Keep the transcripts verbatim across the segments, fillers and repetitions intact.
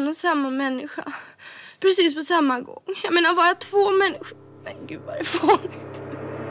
en och samma människa. Precis på samma gång. Jag menar, vara två människor. Nej, gud vad det är fånigt.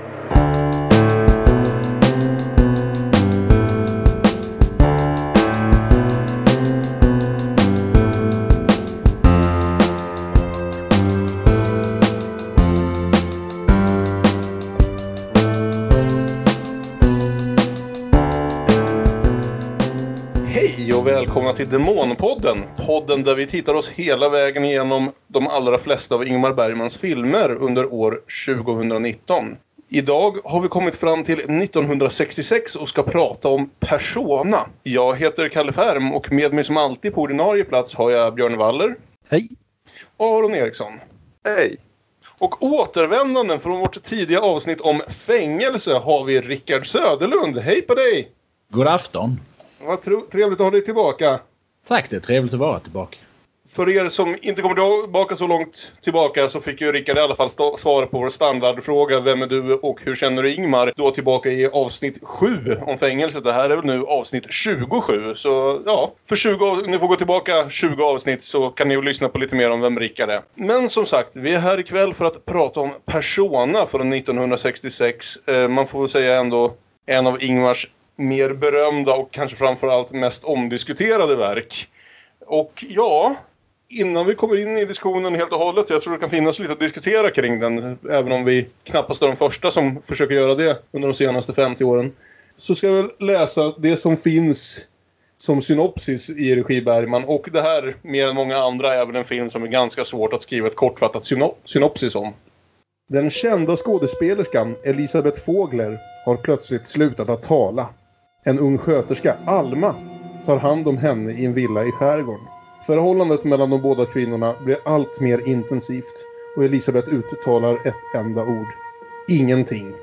Och välkomna till Demonpodden, podden där vi tittar oss hela vägen igenom de allra flesta av Ingmar Bergmans filmer under år tjugonitton. Idag har vi kommit fram till nittonhundrasextiosex och ska prata om Persona. Jag heter Kalle Färm och med mig som alltid på ordinarie plats har jag Björn Waller. Hej. Och Aron Eriksson. Hej. Och återvändanden från vårt tidiga avsnitt om fängelse har vi Rickard Söderlund. Hej på dig! God afton. Vad trevligt att ha dig tillbaka. Tack, det är trevligt att vara tillbaka. För er som inte kommer tillbaka så långt tillbaka så fick ju Rickard i alla fall svara på vår standardfråga. Vem är du och hur känner du Ingmar? Då tillbaka i avsnitt sju om fängelset. Det här är väl nu avsnitt tjugosju. Så ja, för tjugo, ni får gå tillbaka tjugo avsnitt så kan ni ju lyssna på lite mer om vem Rickard är. Men som sagt, vi är här ikväll för att prata om Persona från nittonhundrasextiosex. Man får väl säga ändå en av Ingmars mer berömda och kanske framförallt mest omdiskuterade verk. Och ja, innan vi kommer in i diskussionen helt och hållet, jag tror det kan finnas lite att diskutera kring den, även om vi knappast är de första som försöker göra det under de senaste femtio åren. Så ska jag väl läsa det som finns som synopsis i regi Bergman, och det här mer än många andra är väl en film som är ganska svårt att skriva ett kortfattat synop- synopsis om. Den kända skådespelerskan Elisabeth Fågler har plötsligt slutat att tala. En ung sköterska, Alma, tar hand om henne i en villa i skärgården. Förhållandet mellan de båda kvinnorna blir allt mer intensivt och Elisabeth uttalar ett enda ord. Ingenting.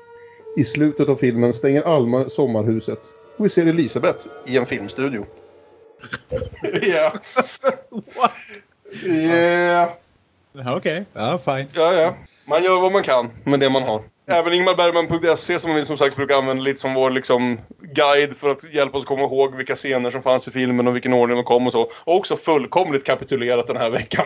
I slutet av filmen stänger Alma sommarhuset och vi ser Elisabeth i en filmstudio. Ja. What? Yeah. Okej, okay. Ja, fine. Ja, ja. Man gör vad man kan med det man har. Även Ingmar Bergman punkt se som vi som sagt brukar använda lite som vår liksom guide för att hjälpa oss komma ihåg vilka scener som fanns i filmen och vilken ordning de kom och så. Och också fullkomligt kapitulerat den här veckan.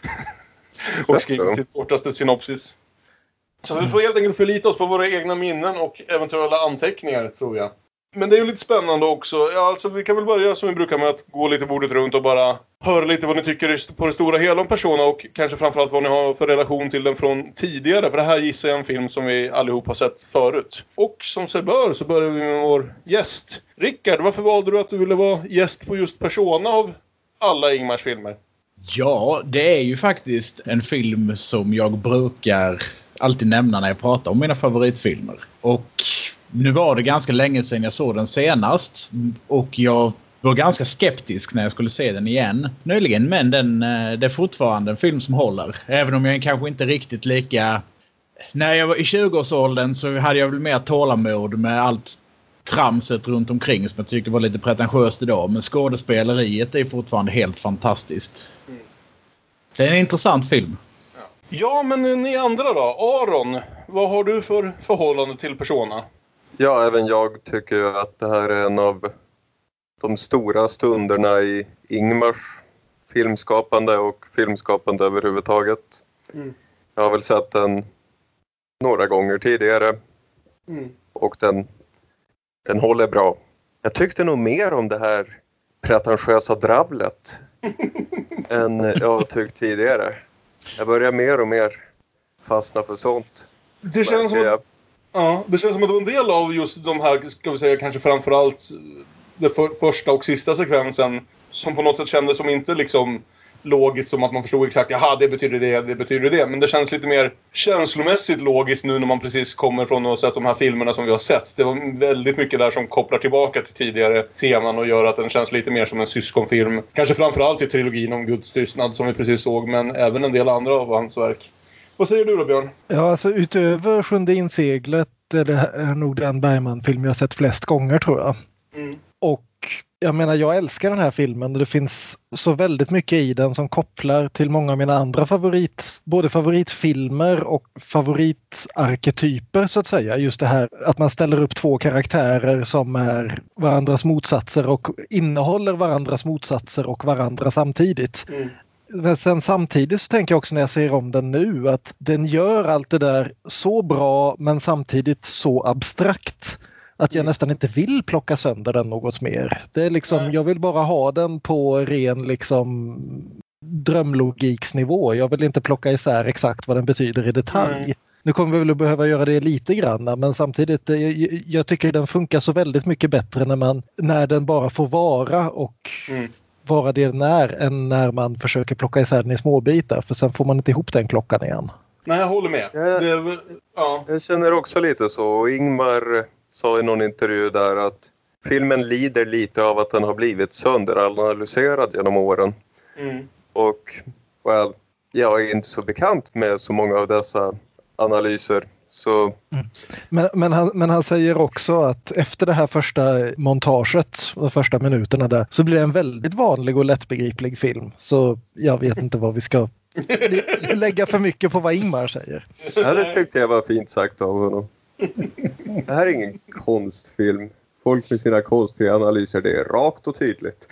Och skrivit sitt kortaste synopsis. Så vi får helt enkelt förlita oss på våra egna minnen och eventuella anteckningar, tror jag. Men det är ju lite spännande också. Ja, alltså, vi kan väl börja som vi brukar med att gå lite bordet runt och bara höra lite vad ni tycker på det stora hela om Persona och kanske framförallt vad ni har för relation till den från tidigare. För det här gissar jag är en film som vi allihop har sett förut. Och som sig bör så börjar vi med vår gäst. Rickard, varför valde du att du ville vara gäst på just Persona av alla Ingmars filmer? Ja, det är ju faktiskt en film som jag brukar alltid nämna när jag pratar om mina favoritfilmer. Och nu var det ganska länge sedan jag såg den senast och jag var ganska skeptisk när jag skulle se den igen nyligen, men den, det är fortfarande en film som håller. Även om jag kanske inte riktigt lika... När jag var i tjugoårsåldern så hade jag väl mer tålamod med allt tramset runt omkring som jag tycker var lite pretentiöst idag, men skådespeleriet är fortfarande helt fantastiskt. Mm. Det är en intressant film. Ja, men ni andra då? Aron, vad har du för förhållande till Persona? Ja, även jag tycker ju att det här är en av de stora stunderna i Ingmars filmskapande och filmskapande överhuvudtaget. Mm. Jag har väl sett den några gånger tidigare. Mm. Och den, den håller bra. Jag tyckte nog mer om det här pretentiösa dravlet än jag tyckt tidigare. Jag börjar mer och mer fastna för sånt. Det känns som att, ja, det känns som att det var en del av just de här, ska vi säga, kanske framförallt den för, första och sista sekvensen som på något sätt kändes som inte liksom logiskt, som att man förstod exakt, jaha, det betyder det, det betyder det. Men det känns lite mer känslomässigt logiskt nu när man precis kommer från att ha sett de här filmerna som vi har sett. Det var väldigt mycket där som kopplar tillbaka till tidigare teman och gör att den känns lite mer som en syskonfilm. Kanske framförallt i trilogin om Guds tystnad som vi precis såg, men även en del andra av hans verk. Vad säger du då, Björn? Ja, alltså utöver Sjunde inseglet är det är nog den Bergman-film jag har sett flest gånger, tror jag. Mm. Och jag menar, jag älskar den här filmen och det finns så väldigt mycket i den som kopplar till många av mina andra favorit, både favoritfilmer och favoritarketyper så att säga. Just det här att man ställer upp två karaktärer som är varandras motsatser och innehåller varandras motsatser och varandra samtidigt. Mm. Men sen samtidigt så tänker jag också när jag ser om den nu att den gör allt det där så bra men samtidigt så abstrakt att jag nästan inte vill plocka sönder den något mer. Det är liksom, jag vill bara ha den på ren liksom drömlogiksnivå. Jag vill inte plocka isär exakt vad den betyder i detalj. Mm. Nu kommer vi väl att behöva göra det lite grann, men samtidigt jag tycker den funkar så väldigt mycket bättre när man när den bara får vara och mm. vara det den är än när man försöker plocka isär den i små bitar, för sen får man inte ihop den klockan igen. Nej, jag håller med. Jag, det är, ja. jag känner också lite så. Ingmar sa i någon intervju där att filmen lider lite av att den har blivit sönderanalyserad genom åren. Mm. Och well, jag är inte så bekant med så många av dessa analyser. Så... Mm. Men, men, han, men han säger också att efter det här första montaget, de första minuterna där, så blir det en väldigt vanlig och lättbegriplig film. Så jag vet inte vad vi ska lägga för mycket på vad Ingmar säger. Ja, det tyckte jag var fint sagt av honom. Det här är ingen konstfilm. Folk med sina konstiga analyser, det är rakt och tydligt.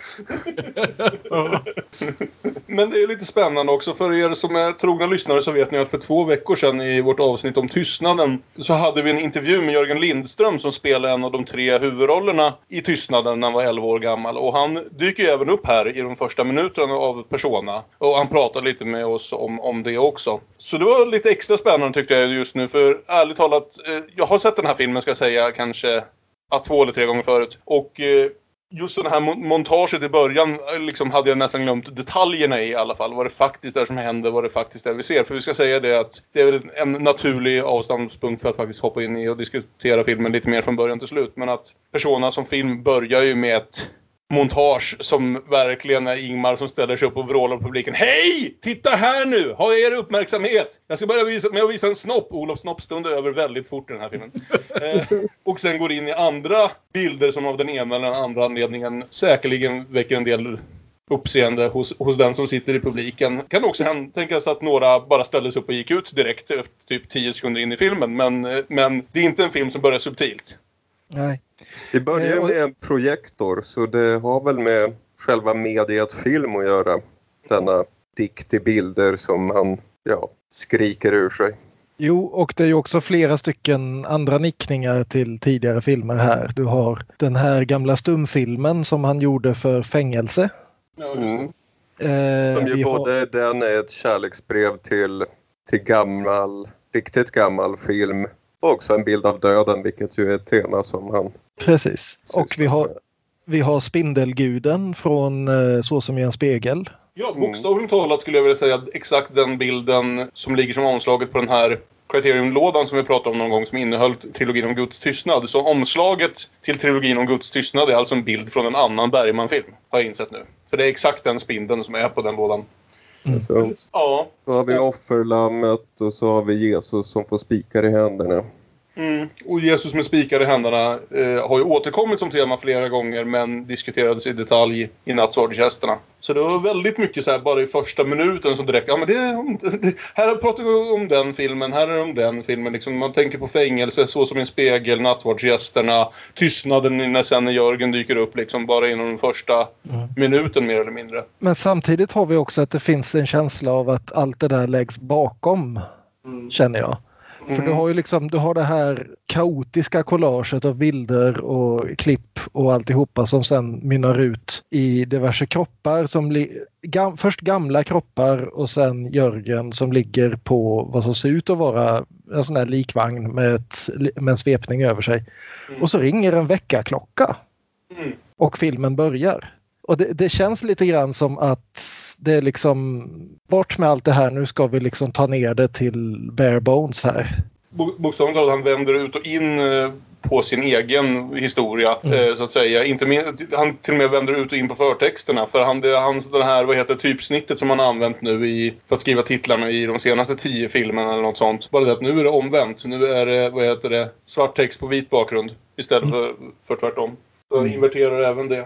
Men det är lite spännande också. För er som är trogna lyssnare så vet ni att för två veckor sedan i vårt avsnitt om Tystnaden så hade vi en intervju med Jörgen Lindström som spelar en av de tre huvudrollerna i Tystnaden när han var elva år gammal. Och han dyker ju även upp här i de första minuterna av Persona. Och han pratar lite med oss om, om det också. Så det var lite extra spännande tyckte jag just nu. För ärligt talat, jag har sett den här filmen ska jag säga kanske... Ja, två eller tre gånger förut. Och eh, just den här montaget i början liksom hade jag nästan glömt detaljerna i alla fall. Vad det faktiskt är som händer, vad det faktiskt är vi ser. För vi ska säga det att det är väl en naturlig avståndspunkt för att faktiskt hoppa in i och diskutera filmen lite mer från början till slut. Men att Persona som film börjar ju med ett montage som verkligen är Ingmar som ställer sig upp och vrålar på publiken. Hej! Titta här nu! Ha er uppmärksamhet! Jag ska börja visa, med att visa en snopp. Olof snoppstund är över väldigt fort i den här filmen. eh, och sen går in i andra bilder som av den ena eller den andra anledningen säkerligen väcker en del uppseende hos, hos den som sitter i publiken. Kan också tänkas att några bara ställde sig upp och gick ut direkt efter typ tio sekunder in i filmen. Men, men det är inte en film som börjar subtilt. Nej. Det börjar med en projektor så det har väl med själva mediet film att göra. Denna dikt i bilder som han ja, skriker ur sig. Jo, och det är ju också flera stycken andra nickningar till tidigare filmer här. Du har den här gamla stumfilmen som han gjorde för Fängelse. Ja, just det. Mm. Som ju eh, både har... den är ett kärleksbrev till, till gammal, riktigt gammal film. Och också en bild av döden, vilket ju är ett tema som han... Precis. Och vi har, vi har Spindelguden från Så som i en spegel. Ja, bokstavligt talat skulle jag vilja säga exakt den bilden som ligger som omslaget på den här Criterion-lådan som vi pratade om någon gång som innehöll trilogin om Guds tystnad. Så omslaget till trilogin om Guds tystnad är alltså en bild från en annan Bergman-film, har jag insett nu. För det är exakt den spindeln som är på den lådan. Mm. Så, ja. Så har vi offerlammet och så har vi Jesus som får spikar i händerna. Mm. Och Jesus med spikar i händerna eh, har ju återkommit som tema flera gånger men diskuterades i detalj i Nattsvardgästerna. Så det var väldigt mycket så här bara i första minuten som direkt, ja men det, det här pratar vi om den filmen, här är det om den filmen. Liksom, man tänker på Fängelse, Så som en spegel, Nattsvardgästerna, Tystnaden när sen när Jörgen dyker upp liksom bara inom den första mm. minuten mer eller mindre. Men samtidigt har vi också att det finns en känsla av att allt det där läggs bakom, mm. känner jag. För mm. du har ju liksom, du har det här kaotiska collaget av bilder och klipp och alltihopa som sen mynnar ut i diverse kroppar som li- gam- först gamla kroppar och sen Jörgen som ligger på vad som ser ut att vara en sån här likvagn med, ett, med en svepning över sig. Mm. Och så ringer en väckarklocka mm. och filmen börjar. Och det, det känns lite grann som att det är liksom bort med allt det här, nu ska vi liksom ta ner det till bare bones här. Bokstavligt talat, han vänder ut och in på sin egen historia mm. så att säga. Inte med, han till och med vänder ut och in på förtexterna för han, det, hans, den här, vad heter typsnittet som han har använt nu i, för att skriva titlarna i de senaste tio filmerna eller något sånt. Bara det att nu är det omvänt. Nu är det, vad heter det, svart text på vit bakgrund istället mm. för, för tvärtom. Så mm. inverterar även det.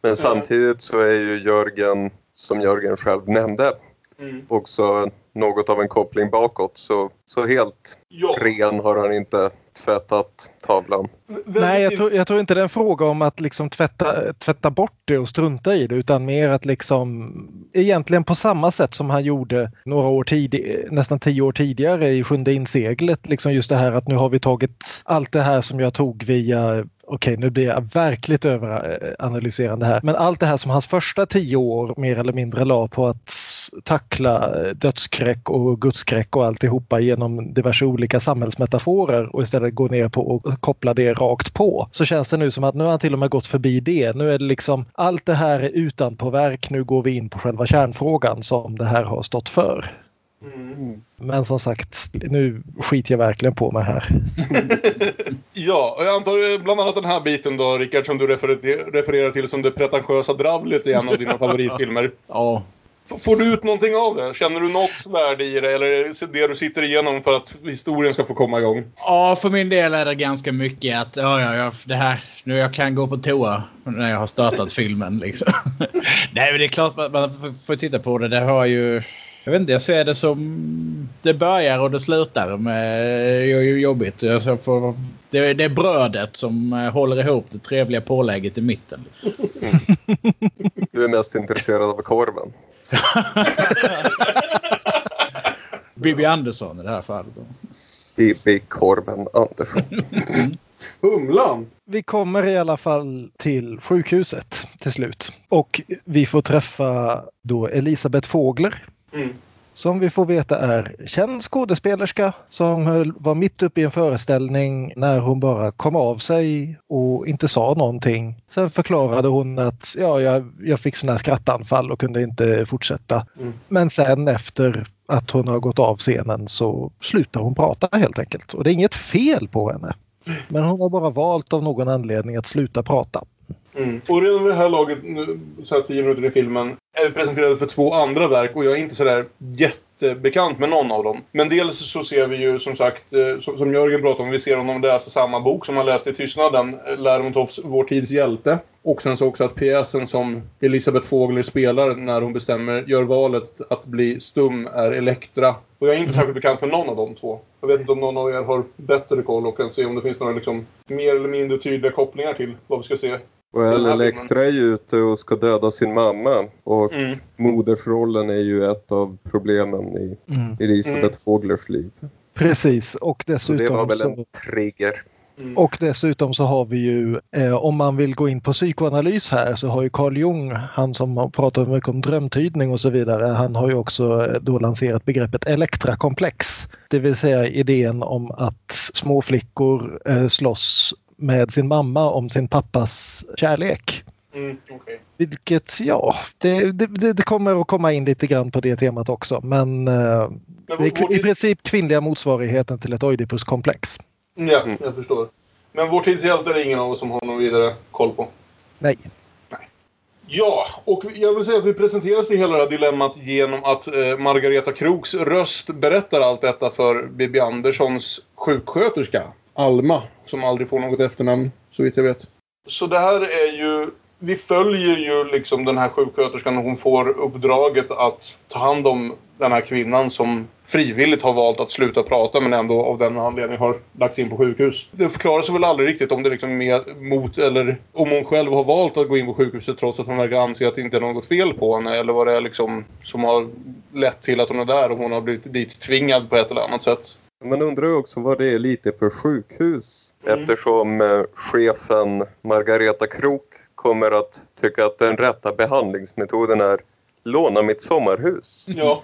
Men samtidigt så är ju Jörgen, som Jörgen själv nämnde, mm. också något av en koppling bakåt. Så, så helt ja. ren har han inte tvättat tavlan. Nej, jag tror, jag tror inte det är en fråga om att liksom tvätta, tvätta bort det och strunta i det, utan mer att liksom egentligen på samma sätt som han gjorde några år tidigare, nästan tio år tidigare i Sjunde inseglet, liksom just det här att nu har vi tagit allt det här som jag tog via, okej, nu blir jag verkligt överanalyserande här, men allt det här som hans första tio år mer eller mindre la på att tackla dödsskräck och gudsskräck och alltihopa genom diverse olika samhällsmetaforer och istället gå ner på och koppla det rakt på, så känns det nu som att nu har han till och med gått förbi det. Nu är det liksom, allt det här är utanpåverk, nu går vi in på själva kärnfrågan som det här har stått för. Mm. Men som sagt, nu skiter jag verkligen på mig här. Ja, och jag antar bland annat den här biten då, Rickard, som du refererar till som det pretentiösa dravlet i en av dina favoritfilmer. Ja. Får du ut någonting av det? Känner du något värde i det? Eller är det det du sitter igenom för att historien ska få komma igång? Ja, för min del är det ganska mycket att ja, ja, ja, det här, nu jag kan gå på toa när jag har startat filmen. Liksom. Nej, men det är klart att man får titta på det. Det har ju... Jag vet inte, jag ser det som det börjar och det slutar med det är ju jobbigt. Jag får, det, det är brödet som håller ihop det trevliga pålägget i mitten. Mm. Du är mest intresserad av korven. Bibi Andersson i det här fallet. Bibi Korven Andersson. Humlan! Vi kommer i alla fall till sjukhuset till slut. Och vi får träffa då Elisabeth Fågler. Mm. Som vi får veta är känd skådespelerska som var mitt uppe i en föreställning när hon bara kom av sig och inte sa någonting. Sen förklarade hon att ja, jag, jag fick sådana här skrattanfall och kunde inte fortsätta. Mm. Men sen efter att hon har gått av scenen så slutar hon prata helt enkelt. Och det är inget fel på henne. Men hon har bara valt av någon anledning att sluta prata. Mm. Och redan vid det här laget, nu, så här tio minuter i filmen, är vi presenterade för två andra verk och jag är inte sådär jättebekant med någon av dem. Men dels så ser vi ju som sagt, som, som Jörgen pratade om, vi ser honom läsa samma bok som han läste i Tystnaden, Lermontovs Vår tids hjälte. Och sen så också att pjäsen som Elisabeth Fågler spelar när hon bestämmer, gör valet att bli stum är Elektra. Och jag är inte särskilt bekant med någon av de två. Jag vet inte om någon av er har bättre koll och kan se om det finns några liksom mer eller mindre tydliga kopplingar till vad vi ska se. Well, Elektra är ju ute och ska döda sin mamma. Och mm. modersrollen är ju ett av problemen i mm. Elisabeth mm. Fåglers liv. Precis, och dessutom... Och det var väl så... en trigger. Mm. Och dessutom så har vi ju, eh, om man vill gå in på psykoanalys här, så har ju Carl Jung, han som har pratat mycket om drömtydning och så vidare, han har ju också då lanserat begreppet elektrakomplex. Det vill säga idén om att små flickor eh, slåss med sin mamma om sin pappas kärlek. Mm, okay. Vilket, ja, det, det, det kommer att komma in lite grann på det temat också. Men, eh, men det är i princip kvinnliga motsvarigheten till ett Oidipuskomplex. Ja, jag förstår. Men vår tids hjälte är det ingen av oss som har någon vidare koll på. Nej. Nej. Ja, och jag vill säga att vi presenteras i hela det här dilemmat genom att eh, Margareta Kroks röst berättar allt detta för Bibi Anderssons sjuksköterska, Alma, som aldrig får något efternamn, så vitt jag vet. Så det här är ju... Vi följer ju liksom den här sjuksköterskan, hon får uppdraget att ta hand om den här kvinnan som frivilligt har valt att sluta prata men ändå av den anledningen har lagts in på sjukhus. Det förklarar sig väl aldrig riktigt om det liksom är med mot eller om hon själv har valt att gå in på sjukhuset trots att hon verkar anse att det inte är något fel på henne eller vad det är liksom som har lett till att hon är där och hon har blivit dit tvingad på ett eller annat sätt. Man undrar ju också vad det är lite för sjukhus mm. eftersom eh, chefen Margareta Krok kommer att tycka att den rätta behandlingsmetoden är låna mitt sommarhus. Ja.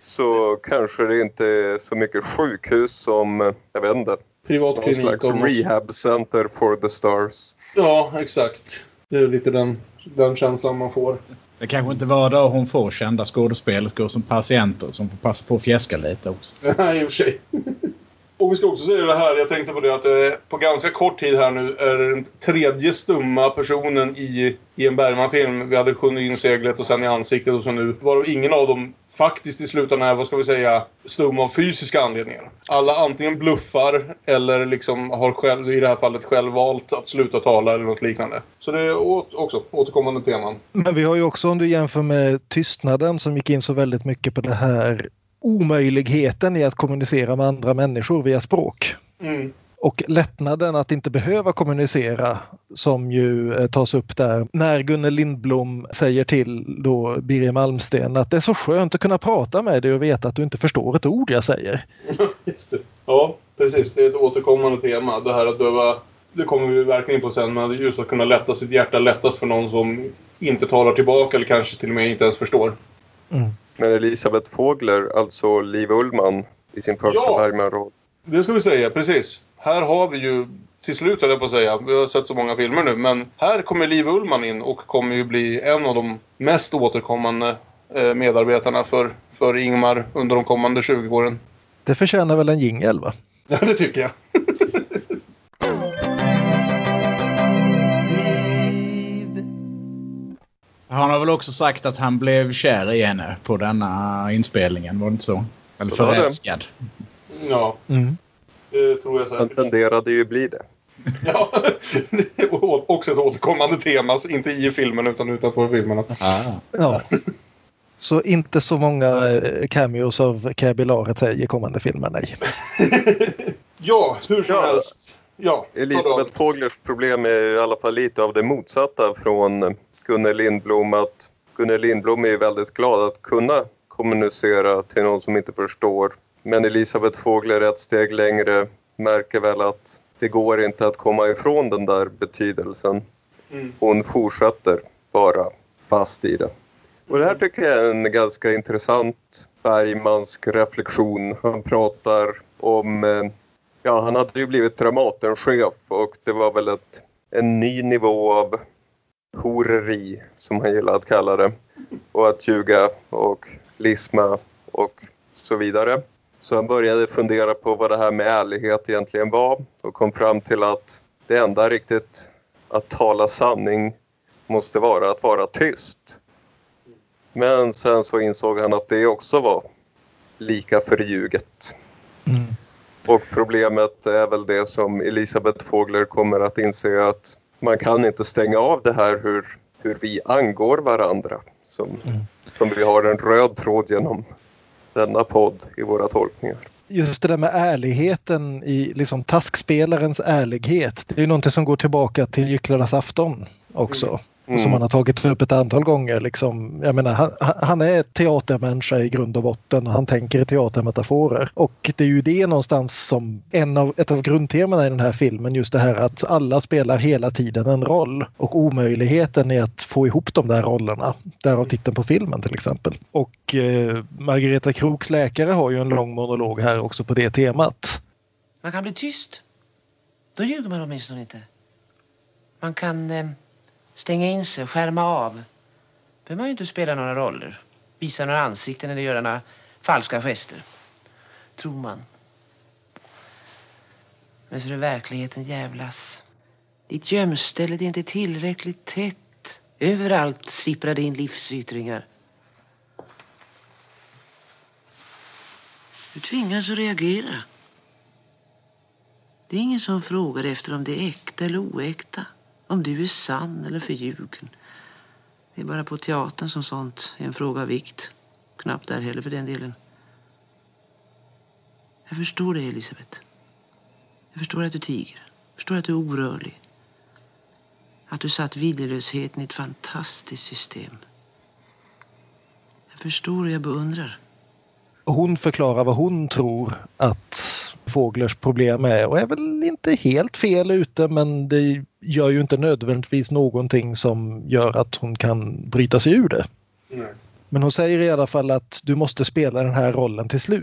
Så kanske det inte är så mycket sjukhus som, jag vet inte, privatklinik någon slags rehab center for the stars. Ja, exakt. Det är lite den, den känslan man får. Det kanske inte var då hon får kända skådespelerskor som patienter som får passa på att fjäska lite också. Nej, i och för sig. Och vi ska också säga det här, jag tänkte på det att eh, på ganska kort tid här nu är den tredje stumma personen i, i en Bergman-film. Vi hade Sjunde inseglet och sen I ansiktet och så nu. Var ingen av dem faktiskt i slutändan är, vad ska vi säga, stum av fysiska anledningar. Alla antingen bluffar eller liksom har själv, i det här fallet själv valt att sluta tala eller något liknande. Så det är också återkommande teman. Men vi har ju också, om du jämför med Tystnaden som gick in så väldigt mycket på det här omöjligheten i att kommunicera med andra människor via språk. Mm. Och lättnaden att inte behöva kommunicera som ju eh, tas upp där när Gunnel Lindblom säger till då Birger Malmsten att det är så skönt att kunna prata med dig och veta att du inte förstår ett ord jag säger. Just det. Ja, precis. Det är ett återkommande tema. Det här att behöva, det kommer vi verkligen in på sen, men just att kunna lätta sitt hjärta lättast för någon som inte talar tillbaka eller kanske till och med inte ens förstår. Mm. Men Elisabeth Fågler, alltså Liv Ullmann i sin första Ja. Bergman-roll. Det ska vi säga, precis. Här har vi ju, till slut höll jag på att säga, vi har sett så många filmer nu, men här kommer Liv Ullmann in och kommer ju bli en av de mest återkommande eh, medarbetarna för, för Ingmar under de kommande tjugo åren. Det förtjänar väl en jingle, va? Ja, det tycker jag. Han har väl också sagt att han blev kär i henne på denna inspelningen, var det inte så? Eller Så var det. förälskad. Ja, Mm. det tror jag Han säkert. tenderade ju bli det. Ja, det är också ett återkommande tema, inte i filmen utan utanför filmerna. Ah. Ja. Så inte så många eh, cameos av Käbi Laretej i kommande filmer, nej. Ja, hur som Ja. helst. Ja, Elisabeth Fåglers problem är i alla fall lite av det motsatta från Gunnel Lindblom. Att Gunnel Lindblom är väldigt glad att kunna kommunicera till någon som inte förstår. Men Elisabeth Fågler är ett steg längre, märker väl att det går inte att komma ifrån den där betydelsen. Mm. Hon fortsätter bara fast i det. Och det här tycker jag är en ganska intressant Bergmansk reflektion. Han pratar om, eh, ja han hade ju blivit Dramatenchef och det var väl ett, en ny nivå av horeri som han gillade att kalla det. Och att ljuga och lisma och så vidare. Så han började fundera på vad det här med ärlighet egentligen var och kom fram till att det enda riktigt att tala sanning måste vara att vara tyst. Men sen så insåg han att det också var lika förljuget. Mm. Och problemet är väl det som Elisabeth Fågler kommer att inse, att man kan inte stänga av det här hur, hur vi angår varandra. Som, Mm. som vi har en röd tråd genom denna podd i våra tolkningar. Just det där med ärligheten i liksom taskspelarens ärlighet. Det är ju någonting som går tillbaka till Gycklarnas afton också. Mm. Och som han har tagit upp ett antal gånger. Liksom, jag menar, han, han är teatermänniska i grund och botten. Han tänker i teatermetaforer. Och det är ju det någonstans som en av, ett av grundtemana i den här filmen. Just det här att alla spelar hela tiden en roll. Och omöjligheten är att få ihop de där rollerna. Därav titeln på filmen till exempel. Och eh, Margareta Kroks läkare har ju en lång monolog här också på det temat. Man kan bli tyst. Då ljuger man åtminstone inte. Man kan eh, stänga in sig, skärma av. Behöver man ju inte spela några roller. Visa några ansikten eller göra några falska gester. Tror man. Men så är det verkligheten jävlas. Ditt gömställe är inte tillräckligt tätt. Överallt sipprar det in livsyttringar. Du tvingas att reagera. Det är ingen som frågar efter om det är äkta eller oäkta. Om du är sann eller förljugen. Det är bara på teatern som sånt är en fråga av vikt. Knappt där heller för den delen. Jag förstår dig, Elisabeth. Jag förstår att du tiger. Jag förstår att du är orörlig. Att du satt viljelösheten i ett fantastiskt system. Jag förstår och jag beundrar. Hon förklarar vad hon tror att Fåglers problem är och är väl inte helt fel ute, men det gör ju inte nödvändigtvis någonting som gör att hon kan bryta sig ur det. Nej. Men hon säger i alla fall att du måste spela den här rollen till slut.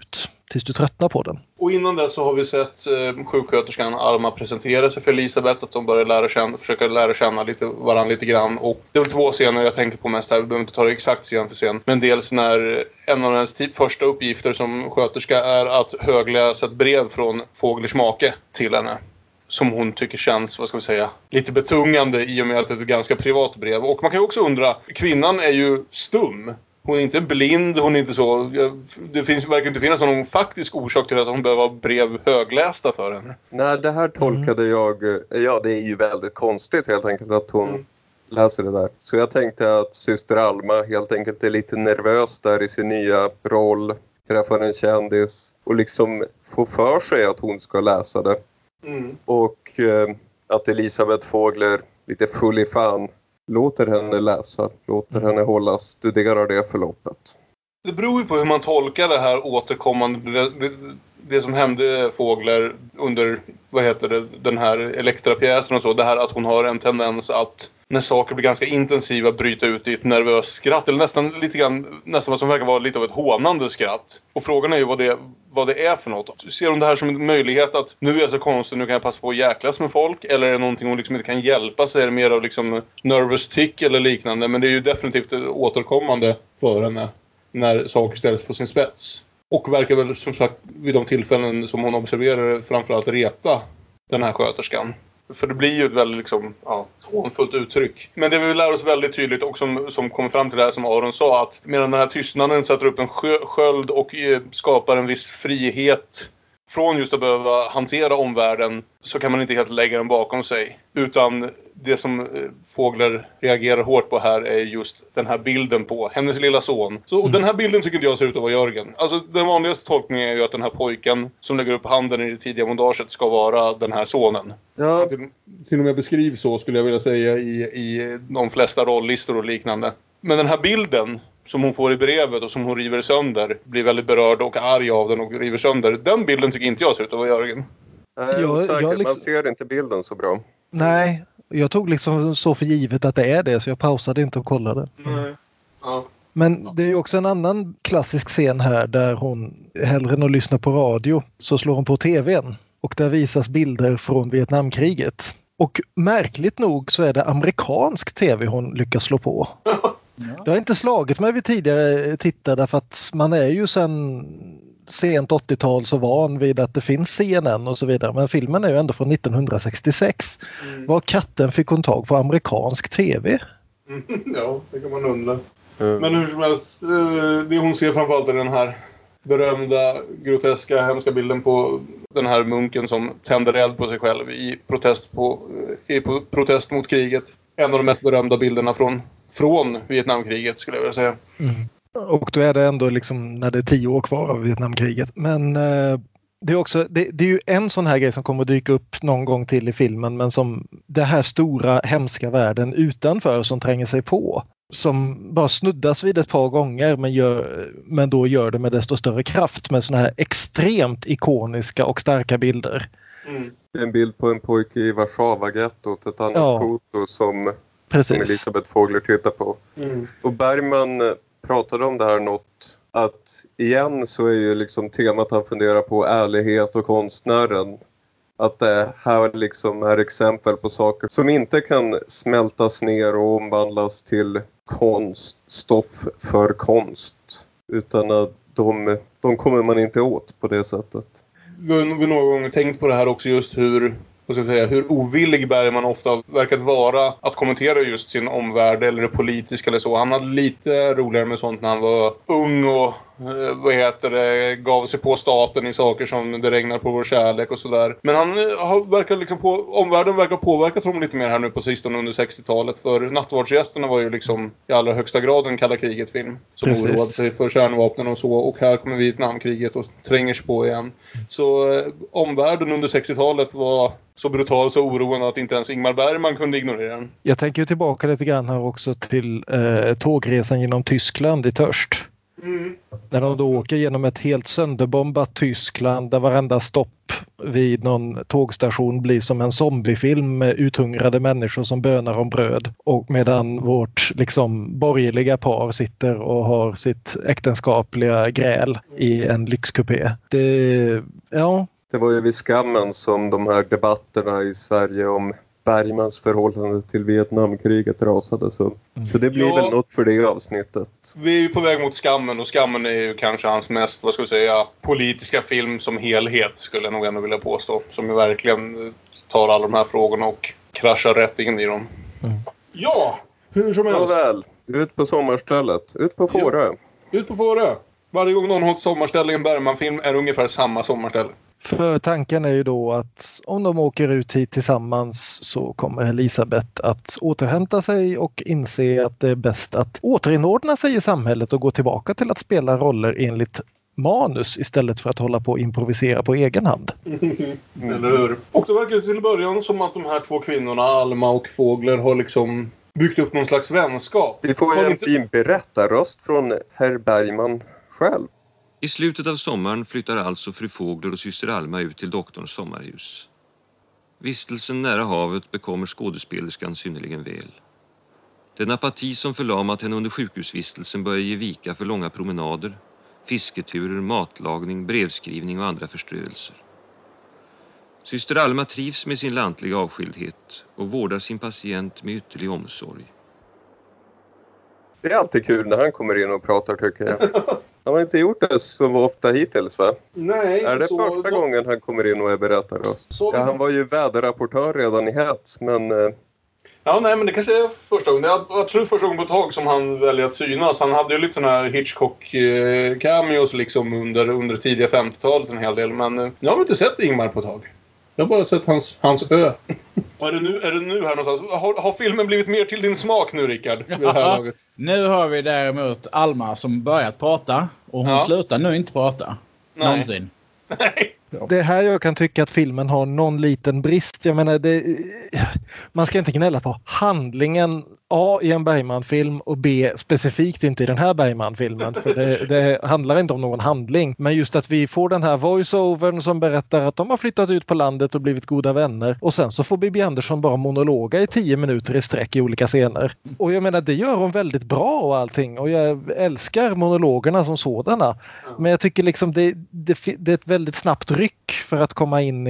tills du tröttnar på den. Och innan dess så har vi sett eh, sjuksköterskan Alma presentera sig för Elisabeth, att de börjar lära känna, försöka lära känna lite, varandra lite grann. Och det är väl två scener jag tänker på mest här, vi behöver inte ta det exakt scen för scen. Men dels när en av hennes typ första uppgifter som sköterska är att högläsa ett brev från Fåglers make till henne. Som hon tycker känns, vad ska vi säga, lite betungande i och med att det är ett ganska privat brev. Och man kan ju också undra, kvinnan är ju stum. Hon är inte blind, hon är inte så... Det finns, verkar inte finnas någon faktisk orsak till att hon behöver ha brev höglästa för henne. Nej, det här tolkade mm. jag... Ja, det är ju väldigt konstigt helt enkelt att hon mm. läser det där. Så jag tänkte att syster Alma helt enkelt är lite nervös där i sin nya roll. Träffar en kändis och liksom får för sig att hon ska läsa det. Mm. Och eh, att Elisabeth Fågler lite full i fan låter henne läsa, låter mm. henne hålla, studera det förloppet. Det beror ju på hur man tolkar det här återkommande, det, det, det som hände Fågler under, vad heter det, den här Elektra-pjäsen och så. Det här att hon har en tendens att när saker blir ganska intensiva bryta ut i ett nervöst skratt. Eller nästan lite grann, nästan vad som verkar vara lite av ett hånande skratt. Och frågan är ju vad det, vad det är för något. Ser hon det här som en möjlighet att nu är jag så konstig, nu kan jag passa på att jäklas med folk? Eller är det någonting hon liksom inte kan hjälpa sig? Är det mer av liksom nervous tick eller liknande? Men det är ju definitivt återkommande för henne när saker ställs på sin spets. Och verkar väl som sagt vid de tillfällen som hon observerar framförallt reta den här sköterskan. För det blir ju ett väldigt liksom, ja, hånfullt uttryck. Men det vi lär oss väldigt tydligt och som, som kommer fram till det här som Aron sa, att medan den här tystnaden sätter upp en skö- sköld och eh, skapar en viss frihet från just att behöva hantera omvärlden, så kan man inte helt lägga den bakom sig. Utan det som Fågler reagerar hårt på här är just den här bilden på hennes lilla son. Så, och mm. den här bilden tycker inte jag ser ut att vara Jörgen. Alltså den vanligaste tolkningen är ju att den här pojken som lägger upp handen i det tidiga montaget ska vara den här sonen. Ja. Till, till och med beskrivs så skulle jag vilja säga i, i de flesta rolllistor och liknande. Men den här bilden som hon får i brevet och som hon river sönder, blir väldigt berörd och arg av den och river sönder. Den bilden tycker inte jag ser ut att vara Jörgen. Nej, jag, jag liksom... Man ser inte bilden så bra. Nej, jag tog liksom så för givet att det är det, så jag pausade inte och kollade. Nej. Ja. Men det är ju också en annan klassisk scen här där hon, hellre än att lyssna på radio, så slår hon på tvn. Och där visas bilder från Vietnamkriget. Och märkligt nog så är det amerikansk tv hon lyckas slå på. Det har inte slagit mig vid tidigare tittare, därför att man är ju sedan sent åttiotal så van vid att det finns C N N och så vidare. Men filmen är ju ändå från nittonhundrasextiosex. Mm. Var katten fick hon tag på amerikansk tv? Mm, ja, det kan man undra. Mm. Men hur som helst, det hon ser framförallt är den här berömda, groteska, hemska bilden på den här munken som tänder eld på sig själv i protest, på, i protest mot kriget. En av de mest berömda bilderna från, från Vietnamkriget skulle jag vilja säga. Mm. Och då är det ändå liksom när det är tio år kvar av Vietnamkriget. Men eh, det är också det, det är ju en sån här grej som kommer att dyka upp någon gång till i filmen, men som det här stora hemska världen utanför som tränger sig på. Som bara snuddas vid ett par gånger, men, gör, men då gör det med desto större kraft med såna här extremt ikoniska och starka bilder. Mm. En bild på en pojke i Warszawa-gettot, ett annat ja. foto som, som Elisabeth Fågler tittar på. Mm. Och Bergman pratade om det här något, att igen så är ju liksom temat han funderar på ärlighet och konstnären. Att det här liksom är exempel på saker som inte kan smältas ner och omvandlas till konststoff för konst. Utan att de, de kommer man inte åt på det sättet. Vi har någon gång tänkt på det här också, just hur, vad ska jag säga, hur ovillig Bergman ofta verkat vara att kommentera just sin omvärld eller det politiska eller så. Han hade lite roligare med sånt när han var ung och vad heter det, gav sig på staten i saker som det regnar på vår kärlek och sådär. Men han har verkar liksom på, omvärlden verkar påverkat honom lite mer här nu på sistone under sextiotalet. För Nattvardsgästerna var ju liksom i allra högsta grad en kalla kriget-film. Som oroade sig för kärnvapnen och så. Och här kommer Vietnamkriget och tränger sig på igen. Så eh, omvärlden under sextiotalet var så brutal, så oroande att inte ens Ingmar Bergman kunde ignorera den. Jag tänker tillbaka lite grann här också till eh, tågresan genom Tyskland i Törst. Mm. När de då åker genom ett helt sönderbombat Tyskland där varenda stopp vid någon tågstation blir som en zombiefilm med uthungrade människor som bönar om bröd. Och medan vårt liksom borgerliga par sitter och har sitt äktenskapliga gräl i en lyxkupé. Det, ja. Det var ju vid Skammen som de här debatterna i Sverige om Bergmans förhållande till Vietnamkriget rasade. Så, mm. så det blir ja, väl något för det avsnittet. Vi är ju på väg mot Skammen och Skammen är ju kanske hans mest, vad ska vi säga, politiska film som helhet skulle jag nog ändå vilja påstå. Som ju verkligen tar alla de här frågorna och kraschar rätt in i dem. Mm. Ja, hur som helst. Ja, väl. Ut på sommarstället. Ut på Fårö. Ja. Ut på Fårö. Varje gång någon har ett sommarställe i en Bergman-film är det ungefär samma sommarställe. För tanken är ju då att om de åker ut hit tillsammans så kommer Elisabeth att återhämta sig och inse att det är bäst att återinordna sig i samhället och gå tillbaka till att spela roller enligt manus istället för att hålla på och improvisera på egen hand. Mm. Eller hur? Och det verkar till början som att de här två kvinnorna, Alma och Fågler, har liksom byggt upp någon slags vänskap. Vi får ju en inte... fin berättarröst från herr Bergman själv. I slutet av sommaren flyttar alltså fru Fågler och syster Alma ut till doktorns sommarhus. Vistelsen nära havet bekommer skådespelerskan synnerligen väl. Den apati som förlamat henne under sjukhusvistelsen börjar ge vika för långa promenader, fisketurer, matlagning, brevskrivning och andra förströelser. Syster Alma trivs med sin lantliga avskildhet och vårdar sin patient med ytterlig omsorg. Det är alltid kul när han kommer in och pratar, tycker jag. Han har inte gjort det så ofta hittills, va? Nej. Är det så... första gången han kommer in och är berättarröst? Så... Ja, han var ju väderrapportör redan i Hets, men... Ja, nej, men det kanske är första gången. Det är absolut första gången på ett tag som han väljer att synas. Han hade ju lite sådana här Hitchcock-cameos liksom under, under tidiga femtiotalet en hel del. Men jag har inte sett Ingmar på ett tag. Jag har bara sett hans, hans ö. Och är det nu, är det nu här någonstans? Har, har filmen blivit mer till din smak nu, Rickard? Vid det här laget? Nu har vi däremot Alma som börjat prata. Och hon ja. slutar nu inte prata. Nej. Någonsin. Nej. Det är här jag kan tycka att filmen har någon liten brist. Jag menar, det, man ska inte gnälla på handlingen A i en Bergman-film och B specifikt inte i den här Bergman-filmen. För det, det handlar inte om någon handling. Men just att vi får den här voice-overn som berättar att de har flyttat ut på landet och blivit goda vänner. Och sen så får Bibi Andersson bara monologa i tio minuter i sträck i olika scener. Och jag menar, det gör hon väldigt bra och allting. Och jag älskar monologerna som sådana. Men jag tycker liksom det, det, det är ett väldigt snabbt ryck för att komma in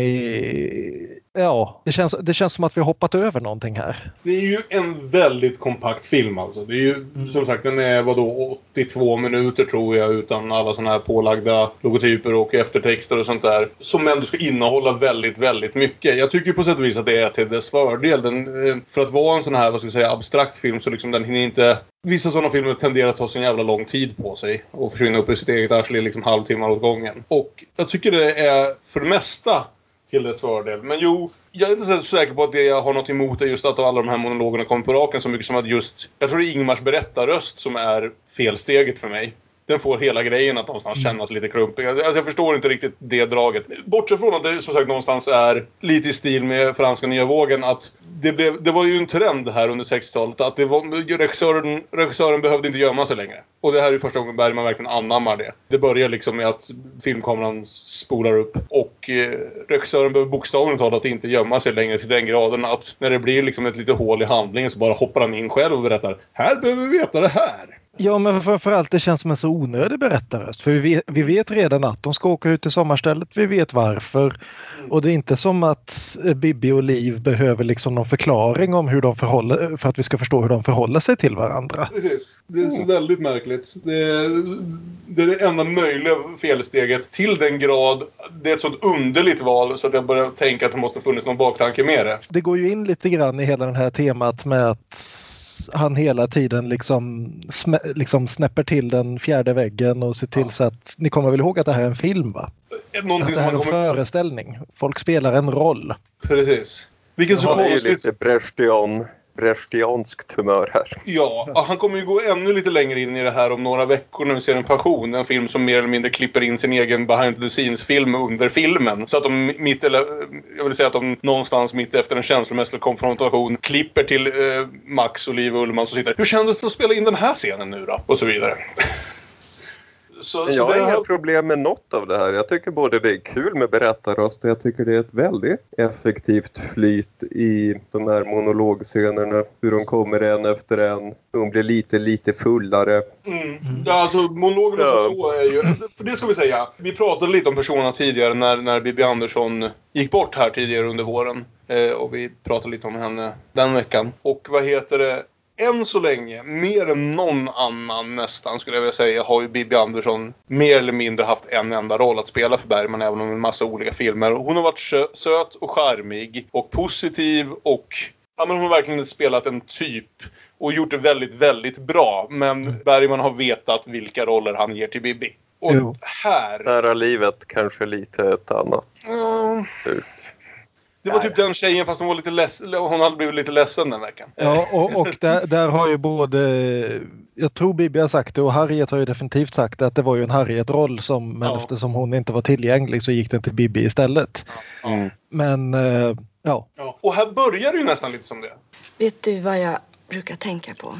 i... Ja, det känns, det känns som att vi har hoppat över någonting här. Det är ju en väldigt kompakt film alltså. Det är ju, som sagt, den är vadå, åttiotvå minuter tror jag, utan alla såna här pålagda logotyper och eftertexter och sånt där. Som ändå ska innehålla väldigt, väldigt mycket. Jag tycker på sätt och vis att det är till dess fördel. Den, för att vara en sån här, vad ska vi säga, abstrakt film så liksom den hinner inte... Vissa sådana filmer tenderar att ta så jävla lång tid på sig och försvinna upp i sitt eget arsle liksom halvtimmar åt gången. Och jag tycker det är för det mesta till dess fördel. Men jo, jag är inte så säker på att det jag har något emot är just att alla de här monologerna kommer på raken så mycket som att just... Jag tror det är Ingmars berättarröst som är felsteget för mig. Den får hela grejen att någonstans kännas lite klumpig. Alltså jag förstår inte riktigt det draget. Bortsett från att det som sagt någonstans är lite i stil med franska nya vågen. Att det, blev, det var ju en trend här under sextiotalet. Att det var, regissören, regissören behövde inte gömma sig längre. Och det här är ju första gången Bergman verkligen anammar det. Det börjar liksom med att filmkameran spolar upp. Och eh, regissören behöver bokstavligt talat inte gömma sig längre till den graden. Att när det blir liksom ett litet hål i handlingen så bara hoppar han in själv och berättar. Här behöver vi veta det här. Ja, men framförallt det känns som en så onödig berättarröst. För vi vet, vi vet redan att de ska åka ut till sommarstället. Vi vet varför. Och det är inte som att Bibi och Liv behöver liksom någon förklaring om hur de förhåller, för att vi ska förstå hur de förhåller sig till varandra. Precis. Det är så väldigt märkligt. Det är, det är det enda möjliga felsteget till den grad. Det är ett sånt underligt val så att jag börjar tänka att det måste funnits någon baktanke med det. Det går ju in lite grann i hela det här temat med att han hela tiden liksom, sm- liksom snäpper till den fjärde väggen och ser till ja. så att ni kommer väl ihåg att det här är en film, va? Någonting att det här är en kommer... föreställning. Folk spelar en roll. Precis. Vilket så konstigt. Det är lite Brechtian, Brechtianskt humör här. Ja, han kommer ju gå ännu lite längre in i det här om några veckor när vi ser En passion. En film som mer eller mindre klipper in sin egen behind the scenes-film under filmen. Så att de mitt, eller jag vill säga att de någonstans mitt efter en känslomässig konfrontation klipper till eh, Max och Liv Ullman som sitter. Hur kändes det att spela in den här scenen nu då? Och så vidare. Så, Men så jag har det inga här... problem med något av det här. Jag tycker både det är kul med berättarröst och jag tycker det är ett väldigt effektivt flyt i de här monologscenerna. Hur de kommer en efter en. De blir lite, lite fullare. Mm. Ja, alltså monologerna Ja. som så är ju... För det ska vi säga. Vi pratade lite om personerna tidigare när, när Bibi Andersson gick bort här tidigare under våren. Eh, och vi pratade lite om henne den veckan. Och vad heter det? Än så länge, mer än någon annan nästan skulle jag vilja säga, har ju Bibi Andersson mer eller mindre haft en enda roll att spela för Bergman, även om en massa olika filmer. Hon har varit sö- söt och charmig och positiv och ja, men hon har verkligen spelat en typ och gjort det väldigt, väldigt bra. Men Bergman har vetat vilka roller han ger till Bibi. Och Jo. här... Nära livet kanske lite ett annat. Ja, Typ. det var typ den tjejen fast hon var lite ledsen. Hon hade blivit lite ledsen den veckan. Ja, och, och där, där har ju både, jag tror Bibi har sagt det och Harriet har ju definitivt sagt det, att det var ju en Harriet-roll som, men Ja. eftersom hon inte var tillgänglig så gick den till Bibi istället. Ja. Men eh, ja, Ja. Och här börjar det ju nästan lite som det. Vet du vad jag brukar tänka på?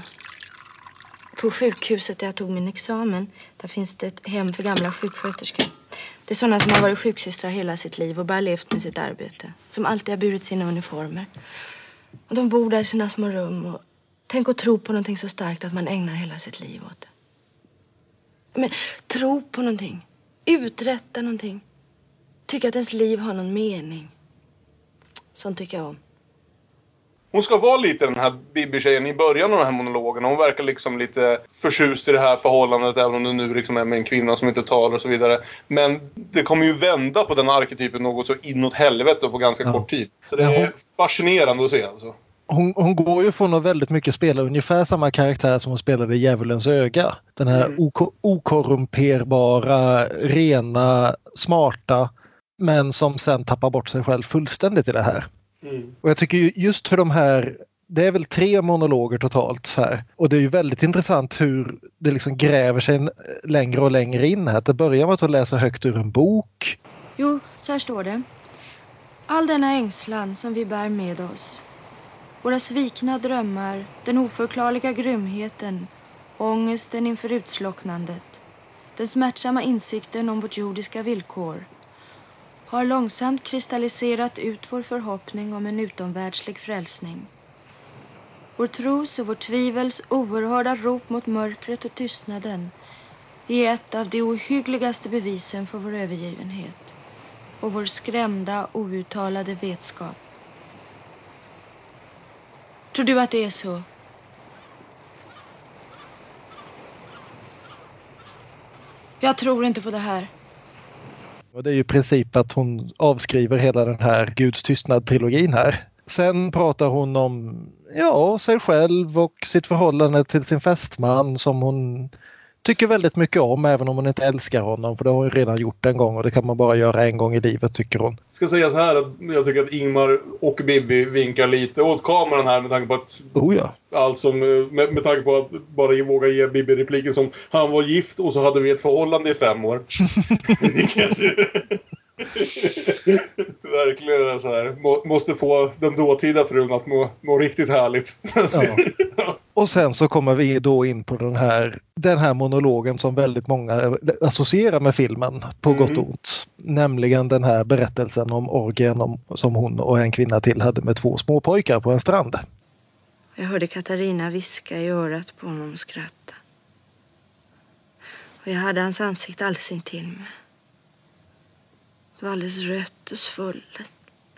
På sjukhuset där jag tog min examen, där finns det ett hem för gamla sjuksköterskor. Det är sådana som har varit sjuksystrar hela sitt liv och bara levt med sitt arbete. Som alltid har burit sina uniformer. Och de bor där i sina små rum och tänk att tro på någonting så starkt att man ägnar hela sitt liv åt det. Men tro på någonting. Uträtta någonting. Tycka att ens liv har någon mening. Sånt tycker jag om. Hon ska vara lite den här Bibi-tjejen i början av den här monologen. Hon verkar liksom lite förtjust i det här förhållandet, även om det nu liksom är med en kvinna som inte talar och så vidare. Men det kommer ju vända på den arketypen något så inåt helvete på ganska Ja. kort tid. Så det är Ja, hon- fascinerande att se alltså. hon, hon går ju från att väldigt mycket spela ungefär samma karaktär som hon spelade i Djävulens öga. Den här Mm. ok- okorrumperbara, rena, smarta, men som sen tappar bort sig själv fullständigt i det här. Mm. Och jag tycker ju just för de här, det är väl tre monologer totalt här. Och det är ju väldigt intressant hur det liksom gräver sig längre och längre in här. Det börjar med att hon läser högt ur en bok. Jo, så här står det. All denna ängslan som vi bär med oss. Våra svikna drömmar, den oförklarliga grymheten, ångesten inför utslocknandet, den smärtsamma insikten om vårt jordiska villkor har långsamt kristalliserat ut vår förhoppning om en utomvärldslig frälsning. Vår tros och vår tvivels oerhörda rop mot mörkret och tystnaden är ett av de ohyggligaste bevisen för vår övergivenhet och vår skrämda, outtalade vetskap. Tror du att det är så? Jag tror inte på det här. Och det är ju i princip att hon avskriver hela den här Guds tystnad-trilogin här. Sen pratar hon om ja, sig själv och sitt förhållande till sin fästman som hon tycker väldigt mycket om, även om hon inte älskar honom, för det har hon ju redan gjort en gång och det kan man bara göra en gång i livet, tycker hon. Jag ska säga så här att jag tycker att Ingmar och Bibi vinkar lite åt kameran här med tanke på att Oh ja. allt som, med, med tanke på att bara våga ge Bibi repliken som han var gift och så hade vi ett förhållande i fem år. Vilket ju verkligen är så här, må, måste få den dåtida frun att må, må riktigt härligt. Ja. Och sen så kommer vi då in på den här, den här monologen som väldigt många associerar med filmen på Mm. gott och ont. Nämligen den här berättelsen om orgien om, som hon och en kvinna till hade med två små pojkar på en strand. Jag hörde Katarina viska i örat på honom och skratta. Och jag hade hans ansikte alldeles intill mig. Det var alldeles rött och svullet.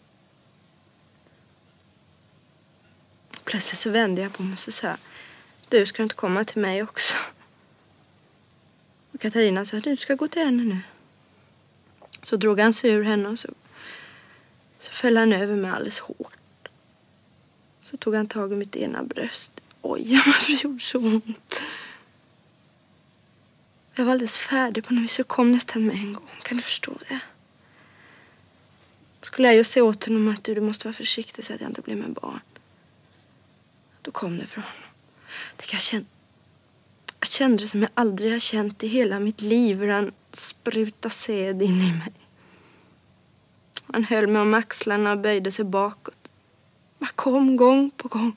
Plötsligt så vände jag på mig och så sa jag, du ska inte komma till mig också. Och Katarina sa, du ska gå till henne nu. Så drog han sig ur henne och så, så föll han över mig alldeles hårt. Så tog han tag i mitt ena bröst. Oj, varför gjorde så ont? Jag var alldeles färdig på något vis. Jag kom nästan med en gång. Kan du förstå det? Skulle jag ju säga åt honom att du, du måste vara försiktig så att jag inte blir med barn. Då kom det från honom. Det jag, kände, jag kände det som jag aldrig har känt i hela mitt liv. Hur han sprutade säd in i mig. Han höll mig om axlarna och böjde sig bakåt. Man kom gång på gång.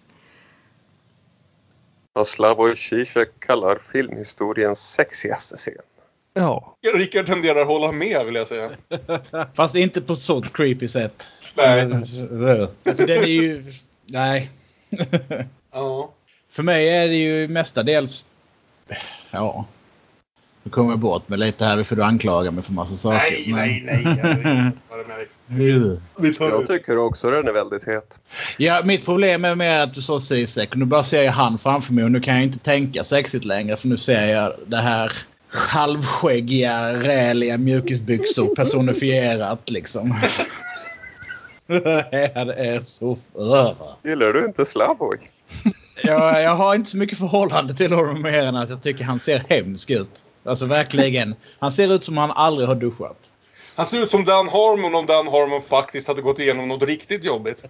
Vad Slavoj Žižek kallar filmhistoriens sexigaste scen. Ja. Rickard tenderar att hålla med, vill jag säga. Fast inte på ett sånt creepy sätt. Nej. Alltså, den är ju... Nej. Ja. För mig är det ju mestadels... Ja. Nu kommer jag bort med lite här för du anklagar mig för massa saker. Nej, men... nej, nej. nej. Vi, vi tar Jag ut. tycker också den är väldigt het. Ja, mitt problem är med att du sa sexig. Nu bara ser jag han framför mig och nu kan jag inte tänka sexigt längre. För nu ser jag det här halvskäggiga, räliga mjukisbyxor personifierat liksom. Det är så föröva. Gillar du inte Slavoj? Jag, jag har inte så mycket förhållande till honom mer än att jag tycker han ser hemsk ut. Alltså verkligen. Han ser ut som han aldrig har duschat. Han ser ut som Dan Harmon om Dan Harmon faktiskt hade gått igenom något riktigt jobbigt.